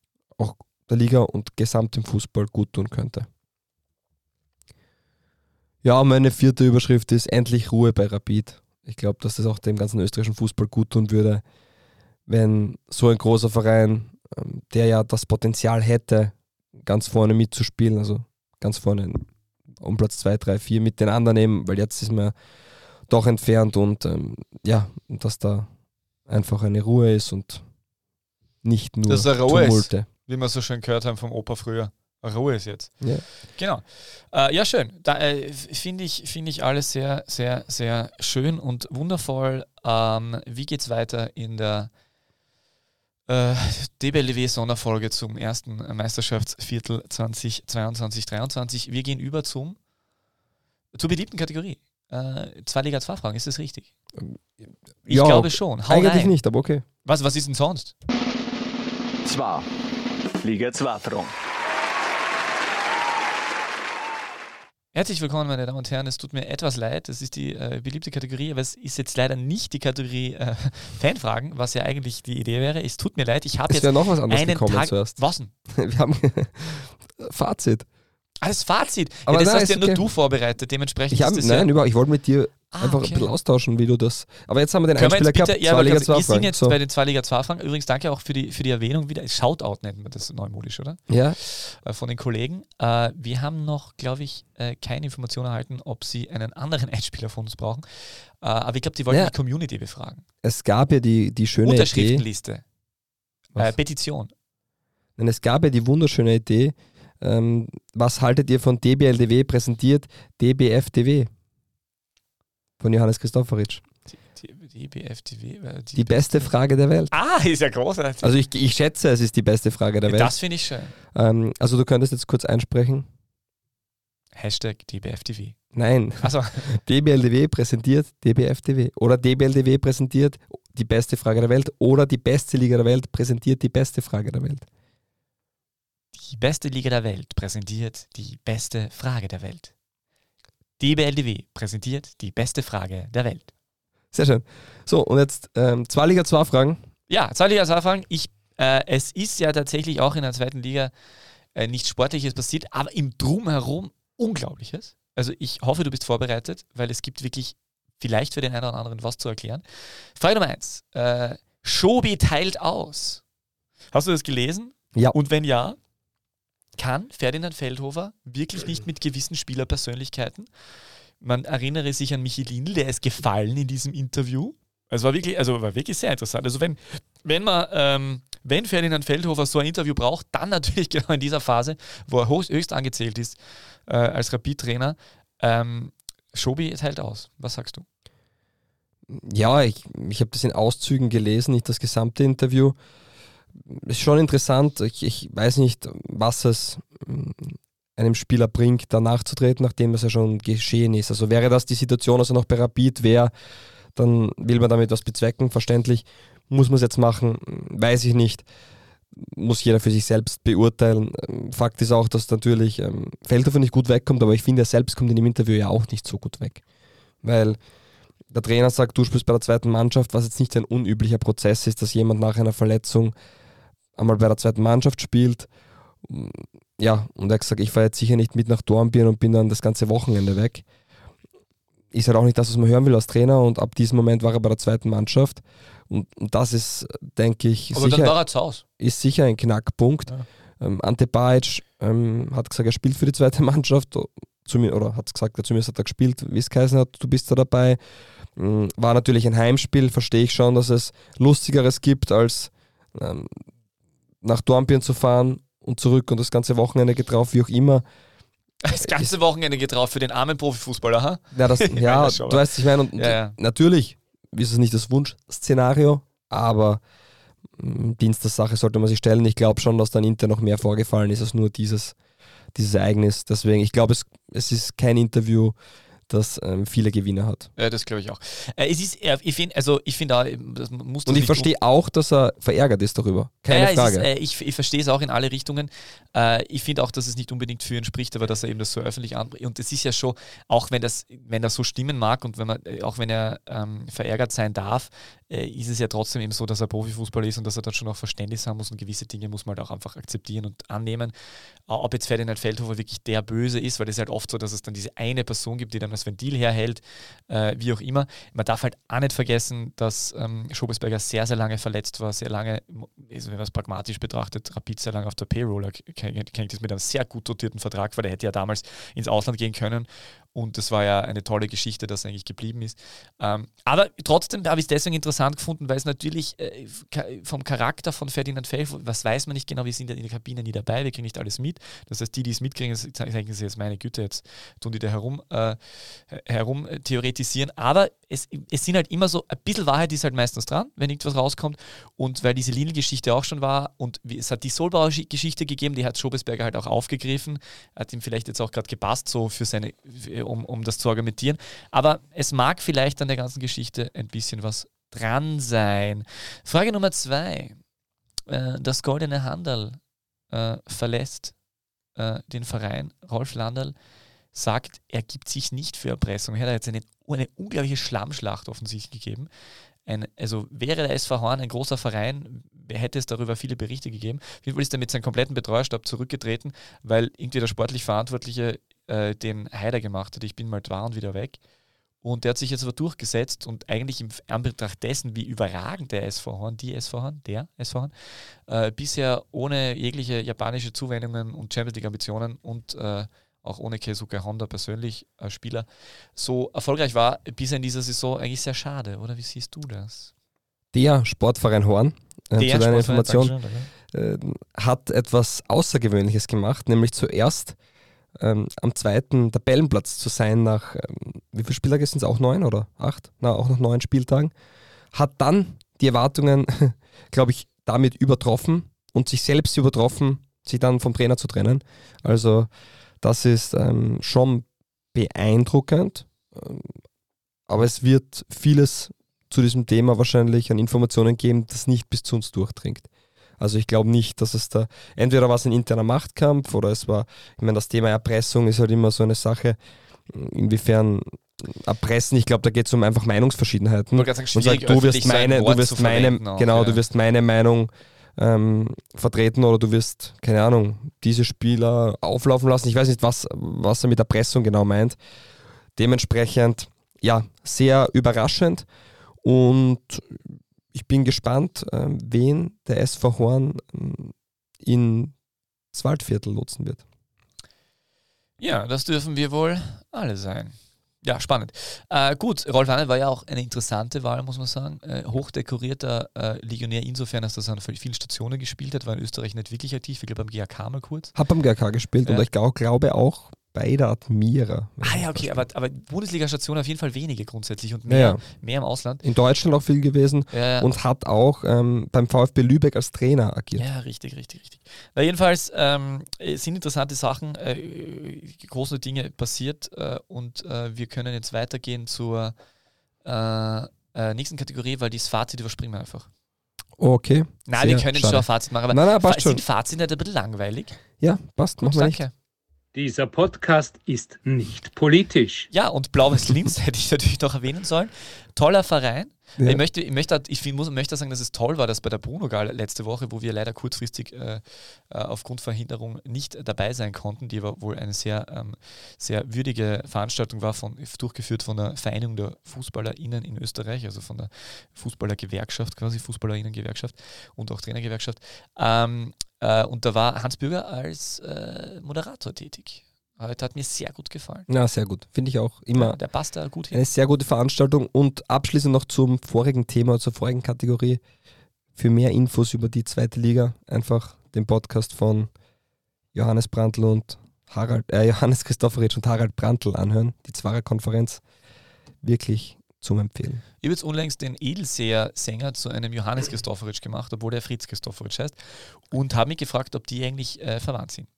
der Liga und gesamt dem Fußball gut tun könnte. Ja, meine 4. Überschrift ist endlich Ruhe bei Rapid. Ich glaube, dass das auch dem ganzen österreichischen Fußball gut tun würde, wenn so ein großer Verein, der ja das Potenzial hätte, ganz vorne mitzuspielen, also ganz vorne um Platz 2, 3, 4 mit den anderen eben, weil jetzt ist man doch entfernt und dass da einfach eine Ruhe ist und nicht nur dass eine Ruhe Tumulte. Ist, wie wir so schön gehört haben vom Opa früher. Ruhe ist jetzt. Ja. Genau. Ja, schön. Da finde ich alles sehr, sehr, sehr schön und wundervoll. Wie geht's weiter in der DBLW-Sonderfolge zum ersten Meisterschaftsviertel 2022-23? Wir gehen über zur beliebten Kategorie. 2 Liga 2 Fragen, ist das richtig? Ich glaube schon. Hau eigentlich rein. nicht, aber okay. Was ist denn sonst? 2 Liga 2 Fragen. Herzlich willkommen, meine Damen und Herren. Es tut mir etwas leid, das ist die beliebte Kategorie, aber es ist jetzt leider nicht die Kategorie Fanfragen, was ja eigentlich die Idee wäre. Es tut mir leid, ich habe jetzt noch was anderes einen gekommen Tag... zuerst. Was denn? Wir haben Fazit. Das Fazit. Aber das nein, hast ja okay. nur du vorbereitet, dementsprechend Ich wollte mit dir einfach ein bisschen austauschen, wie du das... Aber jetzt haben wir den Einspieler gehabt, 2 Liga 2 Wir sind Fragen. jetzt bei den 2 Liga 2 Fragen. Übrigens danke auch für die Erwähnung wieder. Shoutout nennt man das neumodisch, oder? Ja. Von den Kollegen. Wir haben noch, glaube ich, keine Information erhalten, ob sie einen anderen Einspieler von uns brauchen. Aber ich glaube, die wollten die Community befragen. Es gab ja die schöne Idee... Unterschriftenliste. Petition. Nein, es gab ja die wunderschöne Idee, was haltet ihr von DBLDW präsentiert DBFDW von Johannes Christopheritsch? DBFDW? Die beste Frage der Welt. Ist ja großartig. Also ich schätze, es ist die beste Frage der Welt. Das finde ich schön. Also du könntest jetzt kurz einsprechen. Hashtag DBFDW. Nein. Also. DBLDW präsentiert DBFDW. Oder DBLDW präsentiert die beste Frage der Welt. Oder die beste Liga der Welt präsentiert die beste Frage der Welt. Die beste Liga der Welt präsentiert die beste Frage der Welt. DBLDW präsentiert die beste Frage der Welt. Sehr schön. So, und jetzt 2 Liga 2 Fragen. Ja, 2 Liga 2 Fragen. Es ist ja tatsächlich auch in der 2. Liga nichts Sportliches passiert, aber im Drumherum Unglaubliches. Also ich hoffe, du bist vorbereitet, weil es gibt wirklich vielleicht für den einen oder anderen was zu erklären. Frage Nummer 1. Schobi teilt aus. Hast du das gelesen? Ja. Und wenn ja, kann Ferdinand Feldhofer wirklich nicht mit gewissen Spielerpersönlichkeiten? Man erinnere sich an Michi Lindl, der ist gefallen in diesem Interview. Es war wirklich sehr interessant. Also wenn Ferdinand Feldhofer so ein Interview braucht, dann natürlich genau in dieser Phase, wo er höchst angezählt ist als Rapid-Trainer. Schobi teilt aus. Was sagst du? Ja, ich habe das in Auszügen gelesen, nicht das gesamte Interview. Ist schon interessant. Ich weiß nicht, was es einem Spieler bringt, da nachzutreten, nachdem es ja schon geschehen ist. Also wäre das die Situation, also noch bei Rapid wäre, dann will man damit was bezwecken, verständlich. Muss man es jetzt machen? Weiß ich nicht. Muss jeder für sich selbst beurteilen. Fakt ist auch, dass natürlich Feldhofer nicht gut wegkommt, aber ich finde, er selbst kommt in dem Interview ja auch nicht so gut weg. Weil der Trainer sagt, du spielst bei der 2. Mannschaft, was jetzt nicht ein unüblicher Prozess ist, dass jemand nach einer Verletzung einmal bei der 2. Mannschaft spielt. Ja, und er hat gesagt, ich fahre jetzt sicher nicht mit nach Dornbirn und bin dann das ganze Wochenende weg. Ist halt auch nicht das, was man hören will als Trainer, und ab diesem Moment war er bei der 2. Mannschaft und das ist, denke ich, aber dann war er zu Hause. Ist sicher ein Knackpunkt. Ja. Ante Bajic hat gesagt, er spielt für die 2. Mannschaft, oder hat gesagt, zumindest hat er gespielt, wie es geheißen hat, du bist da dabei. War natürlich ein Heimspiel, verstehe ich schon, dass es Lustigeres gibt, als nach Dornbirn zu fahren und zurück und das ganze Wochenende geht drauf, wie auch immer. Das ganze Wochenende geht drauf für den armen Profifußballer, ha? Ja, du weißt, was ich meine. Und natürlich ist es nicht das Wunschszenario, aber Dienstagssache sollte man sich stellen. Ich glaube schon, dass dann Inter noch mehr vorgefallen ist als nur dieses Ereignis. Deswegen, ich glaube, es ist kein Interview, das viele Gewinner hat. Ja, das glaube ich auch. Ich finde auch, das muss. Und ich verstehe auch, dass er verärgert ist darüber. Keine Frage. Ich verstehe es auch in alle Richtungen. Ich finde auch, dass es nicht unbedingt für ihn spricht, aber dass er eben das so öffentlich anbringt. Und es ist ja schon, auch wenn das so stimmen mag und auch wenn er verärgert sein darf, ist es ja trotzdem eben so, dass er Profifußballer ist und dass er dann schon auch Verständnis haben muss und gewisse Dinge muss man halt auch einfach akzeptieren und annehmen. Ob jetzt Ferdinand Feldhofer wirklich der Böse ist, weil es ist halt oft so, dass es dann diese eine Person gibt, die dann das Ventil herhält, wie auch immer. Man darf halt auch nicht vergessen, dass Schobesberger sehr, sehr lange verletzt war, sehr lange, also wenn man es pragmatisch betrachtet, Rapid sehr lange auf der Payroll hängt es mit einem sehr gut dotierten Vertrag, weil der hätte ja damals ins Ausland gehen können und das war ja eine tolle Geschichte, dass er eigentlich geblieben ist. Aber trotzdem habe ich es deswegen interessant gefunden, weil es natürlich vom Charakter von Ferdinand Feldhofer, was weiß man nicht genau, wir sind ja in der Kabine nie dabei, wir kriegen nicht alles mit. Das heißt, die es mitkriegen, denken sie jetzt, meine Güte, jetzt tun die da herum theoretisieren. Aber es sind halt immer so, ein bisschen Wahrheit ist halt meistens dran, wenn irgendwas rauskommt. Und weil diese Lille-Geschichte auch schon war und es hat die Solbauer Geschichte gegeben, die hat Schobesberger halt auch aufgegriffen, hat ihm vielleicht jetzt auch gerade gepasst, so für seine, um das zu argumentieren. Aber es mag vielleicht an der ganzen Geschichte ein bisschen was dran sein. Frage Nummer 2. Das Goldene Handel verlässt den Verein. Rolf Landerl sagt, er gibt sich nicht für Erpressung. Er hat jetzt eine unglaubliche Schlammschlacht offensichtlich gegeben. Also wäre der SV Horn ein großer Verein, hätte es darüber viele Berichte gegeben. Auf jeden Fall ist er mit seinem kompletten Betreuerstab zurückgetreten, weil irgendwie der sportlich Verantwortliche den Heider gemacht hat. Ich bin mal da und wieder weg. Und der hat sich jetzt aber durchgesetzt und eigentlich im Anbetracht dessen, wie überragend der SV Horn, bisher ohne jegliche japanische Zuwendungen und Champions League Ambitionen und auch ohne Keisuke Honda persönlich als Spieler, so erfolgreich war bisher in dieser Saison, eigentlich sehr schade, oder? Wie siehst du das? Der Sportverein Horn, zu deiner Information, hat etwas Außergewöhnliches gemacht, nämlich zuerst am 2. Tabellenplatz zu sein nach, wie viele Spieltage sind es? Auch 9 oder 8? Auch nach 9 Spieltagen. Hat dann die Erwartungen, glaube ich, damit übertroffen und sich selbst übertroffen, sich dann vom Trainer zu trennen. Also das ist schon beeindruckend, aber es wird vieles zu diesem Thema wahrscheinlich an Informationen geben, das nicht bis zu uns durchdringt. Also ich glaube nicht, dass es da, entweder war es ein interner Machtkampf oder es war, ich meine, das Thema Erpressung ist halt immer so eine Sache, inwiefern erpressen, ich glaube, da geht es um einfach Meinungsverschiedenheiten. Und sagt, du wirst meine Meinung vertreten oder du wirst, keine Ahnung, diese Spieler auflaufen lassen. Ich weiß nicht, was er mit Erpressung genau meint. Dementsprechend, ja, sehr überraschend und ich bin gespannt, wen der SV Horn ins Waldviertel lotsen wird. Ja, das dürfen wir wohl alle sein. Ja, spannend. Gut, Rolf Landerl war ja auch eine interessante Wahl, muss man sagen. Hochdekorierter Legionär insofern, dass er an vielen Stationen gespielt hat, war in Österreich nicht wirklich aktiv. Ich glaube beim GAK mal kurz. Hat beim GAK gespielt und ich glaube auch bei der Admira. Ja, okay, aber Bundesliga-Stationen auf jeden Fall wenige grundsätzlich und mehr im Ausland. In Deutschland auch viel gewesen und hat auch beim VfB Lübeck als Trainer agiert. Ja, richtig. Na, jedenfalls sind interessante Sachen, große Dinge passiert und wir können jetzt weitergehen zur nächsten Kategorie, weil das Fazit überspringen wir einfach. Okay. Nein, wir können schon ein Fazit machen, aber passt schon. Sind Fazit nicht ein bisschen langweilig? Ja, passt. Gut, danke. Nicht. Dieser Podcast ist nicht politisch. Ja, und Blau-Weiß Linz hätte ich natürlich noch erwähnen sollen. Toller Verein. Ja. Ich möchte sagen, dass es toll war, dass bei der Brunogal letzte Woche, wo wir leider kurzfristig aufgrund Verhinderung nicht dabei sein konnten, die aber wohl eine sehr, sehr würdige Veranstaltung war, durchgeführt von der Vereinigung der FußballerInnen in Österreich, also von der Fußballergewerkschaft quasi, FußballerInnen-Gewerkschaft und auch Trainergewerkschaft. Und da war Hans Bürger als Moderator tätig. Heute hat mir sehr gut gefallen. Ja, sehr gut. Finde ich auch immer. Ja, der passt da gut hin. Eine sehr gute Veranstaltung. Und abschließend noch zum vorigen Thema, zur vorigen Kategorie. Für mehr Infos über die zweite Liga einfach den Podcast von Johannes Brandl und Johannes Christopheritsch und Harald Brandl anhören. Die Zwarer-Konferenz. Wirklich zum Empfehlen. Ich habe jetzt unlängst den Edelseher-Sänger zu einem Johannes Christopheritsch gemacht, obwohl der Fritz Christopheritsch heißt. Und habe mich gefragt, ob die eigentlich verwandt sind.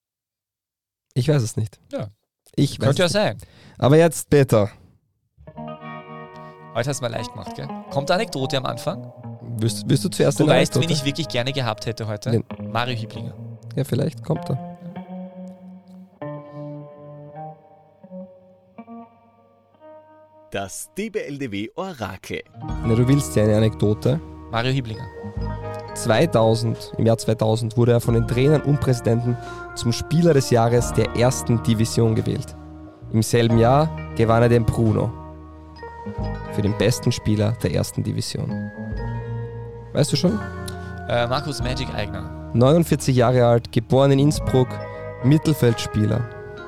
Ich weiß es nicht. Ja. Könnte ja sein. Aber jetzt Peter. Heute hast du mal leicht gemacht, gell? Kommt eine Anekdote am Anfang? Wirst du zuerst Du weißt, wen ich wirklich gerne gehabt hätte heute? Den. Mario Hieblinger. Ja, vielleicht kommt er. Das DBLDW Orakel. Na, du willst ja eine Anekdote. Mario Hieblinger. Im Jahr 2000 wurde er von den Trainern und Präsidenten zum Spieler des Jahres der ersten Division gewählt. Im selben Jahr gewann er den Bruno für den besten Spieler der ersten Division. Weißt du schon? Markus Magic Eigner. 49 Jahre alt, geboren in Innsbruck, Mittelfeldspieler.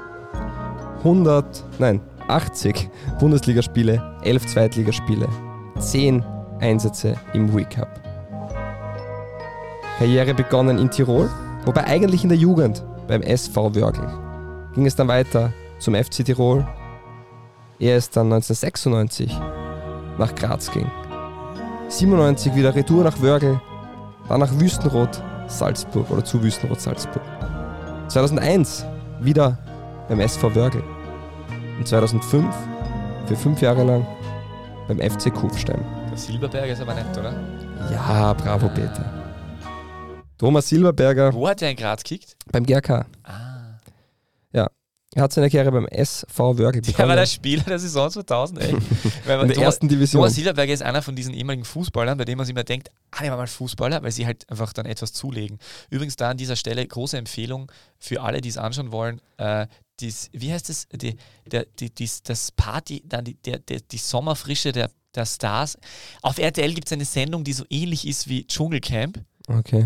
80 Bundesligaspiele, 11 Zweitligaspiele, 10 Einsätze im Wii Cup. Karriere begonnen in Tirol, wobei eigentlich in der Jugend beim SV Wörgl. Ging es dann weiter zum FC Tirol, ehe es dann 1996 nach Graz ging. 97 wieder Retour nach Wörgl, dann nach Wüstenrot Salzburg oder zu Wüstenrot Salzburg. 2001 wieder beim SV Wörgl. Und 2005 für 5 Jahre lang beim FC Kufstein. Der Silberberger ist aber nett, oder? Ja, bravo Peter. Thomas Silberberger Wo hat er in Graz gekickt? beim GRK. Ja, er hat seine Karriere beim SV Wörgl Der begonnen. war der Spieler der Saison 2000, ey. In der ersten Division. Thomas Silberberger ist einer von diesen ehemaligen Fußballern, bei denen man sich immer denkt, der war mal Fußballer, weil sie halt einfach dann etwas zulegen. Übrigens da an dieser Stelle große Empfehlung für alle, die es anschauen wollen, wie heißt es? Das Party, dann die Sommerfrische der Stars. Auf RTL gibt es eine Sendung, die so ähnlich ist wie Dschungelcamp. Okay.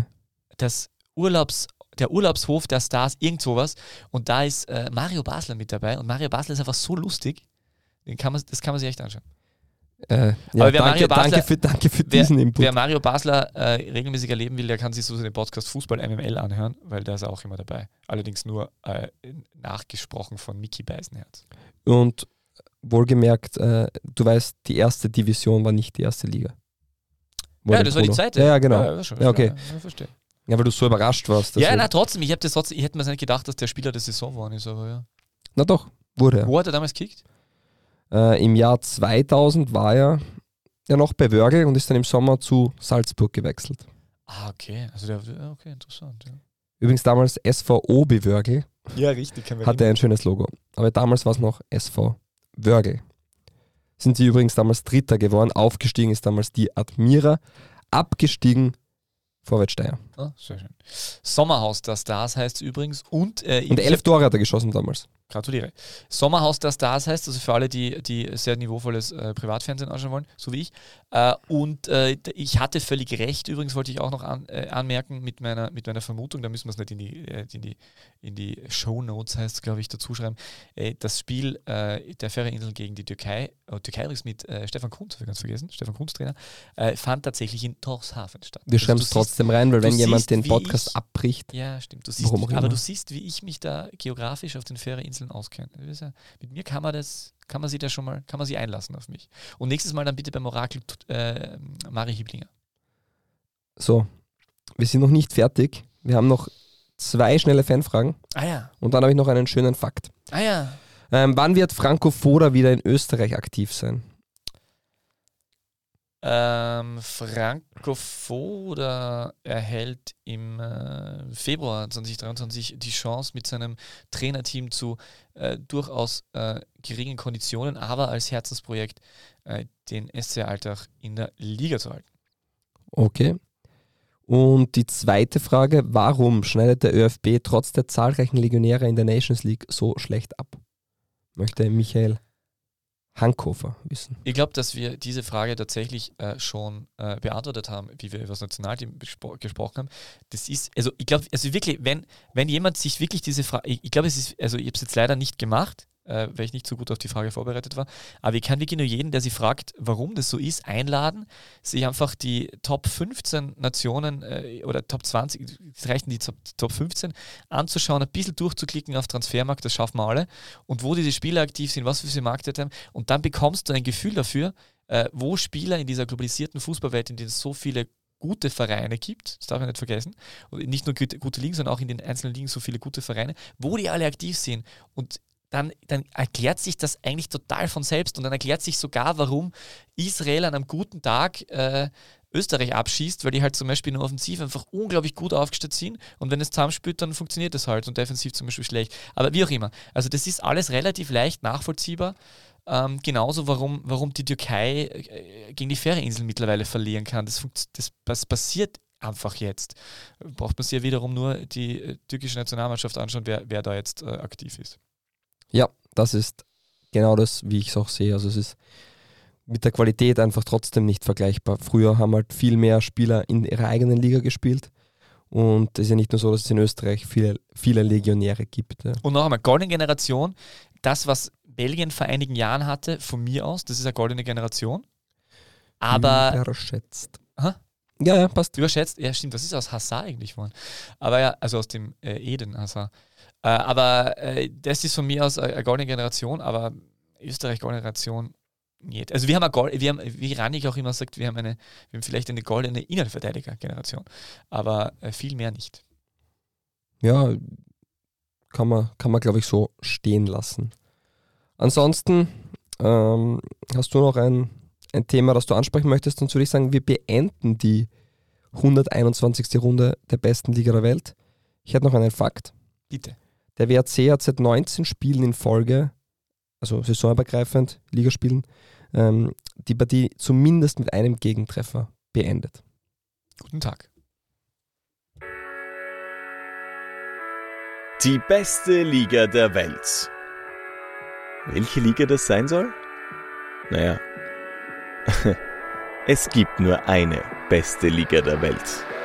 Der Urlaubshof der Stars, irgend sowas. Und da ist Mario Basler mit dabei. Und Mario Basler ist einfach so lustig. Das kann man sich echt anschauen. Ja, Aber wer danke für diesen Input. Wer Mario Basler regelmäßig erleben will, der kann sich so den Podcast Fußball MML anhören, weil der ist auch immer dabei. Allerdings nur nachgesprochen von Micky Beisenherz. Und wohlgemerkt, du weißt, die erste Division war nicht die erste Liga. Ja, das war die zweite. Ja, genau. Ja, okay. Ja, verstehe. Ja, weil du so überrascht warst. Ja, na trotzdem, ich hätte mir nicht gedacht, dass der Spieler der Saison geworden ist, aber ja. Na doch, wurde er. Wo hat er damals gekickt? Im Jahr 2000 war er ja noch bei Wörgl und ist dann im Sommer zu Salzburg gewechselt. Ah, okay. Also okay, interessant. Ja. Übrigens damals SV Obi Wörgl. Ja, richtig. Hatte ein schönes Logo. Aber damals war es noch SV Wörgl. Sind sie übrigens damals Dritter geworden. Aufgestiegen ist damals die Admira. Abgestiegen Vorwärts Steyr. Oh, sehr schön. Sommerhaus der Stars heißt es übrigens. Und 11 Tore hat er geschossen damals. Gratuliere. Sommerhaus der Stars heißt, also für alle, die sehr niveauvolles Privatfernsehen anschauen wollen, so wie ich. Ich hatte völlig recht, übrigens wollte ich auch noch anmerken mit meiner Vermutung, da müssen wir es nicht in die Shownotes, heißt es, glaube ich, dazu schreiben. Das Spiel der Färöerinseln gegen die Türkei übrigens mit Stefan Kuntz, habe ich ganz vergessen, Stefan Kuntz Trainer, fand tatsächlich in Torshafen statt. Wir schreiben es trotzdem rein, weil wenn jemand den Podcast abbricht. Ja, stimmt. Du siehst, wie ich mich da geografisch auf den Färöerinseln auskenne. Mit mir kann man sie einlassen auf mich. Und nächstes Mal dann bitte beim Orakel Mario Hieblinger. So, wir sind noch nicht fertig. Wir haben noch 2 schnelle Fanfragen. Ah ja. Und dann habe ich noch einen schönen Fakt. Ah ja. Wann wird Franco Foda wieder in Österreich aktiv sein? Franco Foda erhält im Februar 2023 die Chance, mit seinem Trainerteam zu durchaus geringen Konditionen, aber als Herzensprojekt den SC Altach in der Liga zu halten. Okay. Und die zweite Frage, warum schneidet der ÖFB trotz der zahlreichen Legionäre in der Nations League so schlecht ab? Möchte Michael Hankhofer wissen. Ich glaube, dass wir diese Frage tatsächlich schon beantwortet haben, wie wir über das Nationalteam gesprochen haben. Das ist, also ich glaube, also wirklich, wenn jemand sich wirklich diese Frage, ich glaube, es ist, also ich habe es jetzt leider nicht gemacht, weil ich nicht so gut auf die Frage vorbereitet war, aber ich kann wirklich nur jeden, der sich fragt, warum das so ist, einladen, sich einfach die Top 15 Nationen oder Top 20, es reichen die Top 15, anzuschauen, ein bisschen durchzuklicken auf Transfermarkt, das schaffen wir alle, und wo diese Spieler aktiv sind, was für sie Marktwert haben, und dann bekommst du ein Gefühl dafür, wo Spieler in dieser globalisierten Fußballwelt, in der es so viele gute Vereine gibt, das darf man nicht vergessen, und nicht nur gute Ligen, sondern auch in den einzelnen Ligen so viele gute Vereine, wo die alle aktiv sind, und dann erklärt sich das eigentlich total von selbst, und dann erklärt sich sogar, warum Israel an einem guten Tag Österreich abschießt, weil die halt zum Beispiel in der Offensiv einfach unglaublich gut aufgestellt sind und wenn es zusammenspielt, dann funktioniert das halt und defensiv zum Beispiel schlecht. Aber wie auch immer, also das ist alles relativ leicht nachvollziehbar. Genauso, warum die Türkei gegen die Färöerinseln mittlerweile verlieren kann. Das passiert einfach jetzt. Braucht man sich ja wiederum nur die türkische Nationalmannschaft anschauen, wer da jetzt aktiv ist. Ja, das ist genau das, wie ich es auch sehe. Also es ist mit der Qualität einfach trotzdem nicht vergleichbar. Früher haben halt viel mehr Spieler in ihrer eigenen Liga gespielt und es ist ja nicht nur so, dass es in Österreich viele Legionäre gibt. Ja. Und noch einmal, goldene Generation, das, was Belgien vor einigen Jahren hatte, von mir aus, das ist eine goldene Generation. Aber... Überschätzt. Ha? Ja, passt. Überschätzt? Ja, stimmt, das ist aus Hazard eigentlich geworden. Aber ja, also aus dem Eden Hazard. Aber das ist von mir aus eine goldene Generation, aber Österreich goldene Generation nicht. Also wir haben wie Rannig auch immer sagt, wir haben vielleicht eine goldene Innenverteidiger-Generation, aber viel mehr nicht. Ja, kann man glaube ich, so stehen lassen. Ansonsten hast du noch ein Thema, das du ansprechen möchtest, und würde ich sagen, wir beenden die 121. Runde der besten Liga der Welt. Ich hätte noch einen Fakt. Bitte. Der WRC hat seit 19 Spielen in Folge, also saisonübergreifend, Ligaspielen, die Partie zumindest mit einem Gegentreffer beendet. Guten Tag. Die beste Liga der Welt. Welche Liga das sein soll? Naja, es gibt nur eine beste Liga der Welt.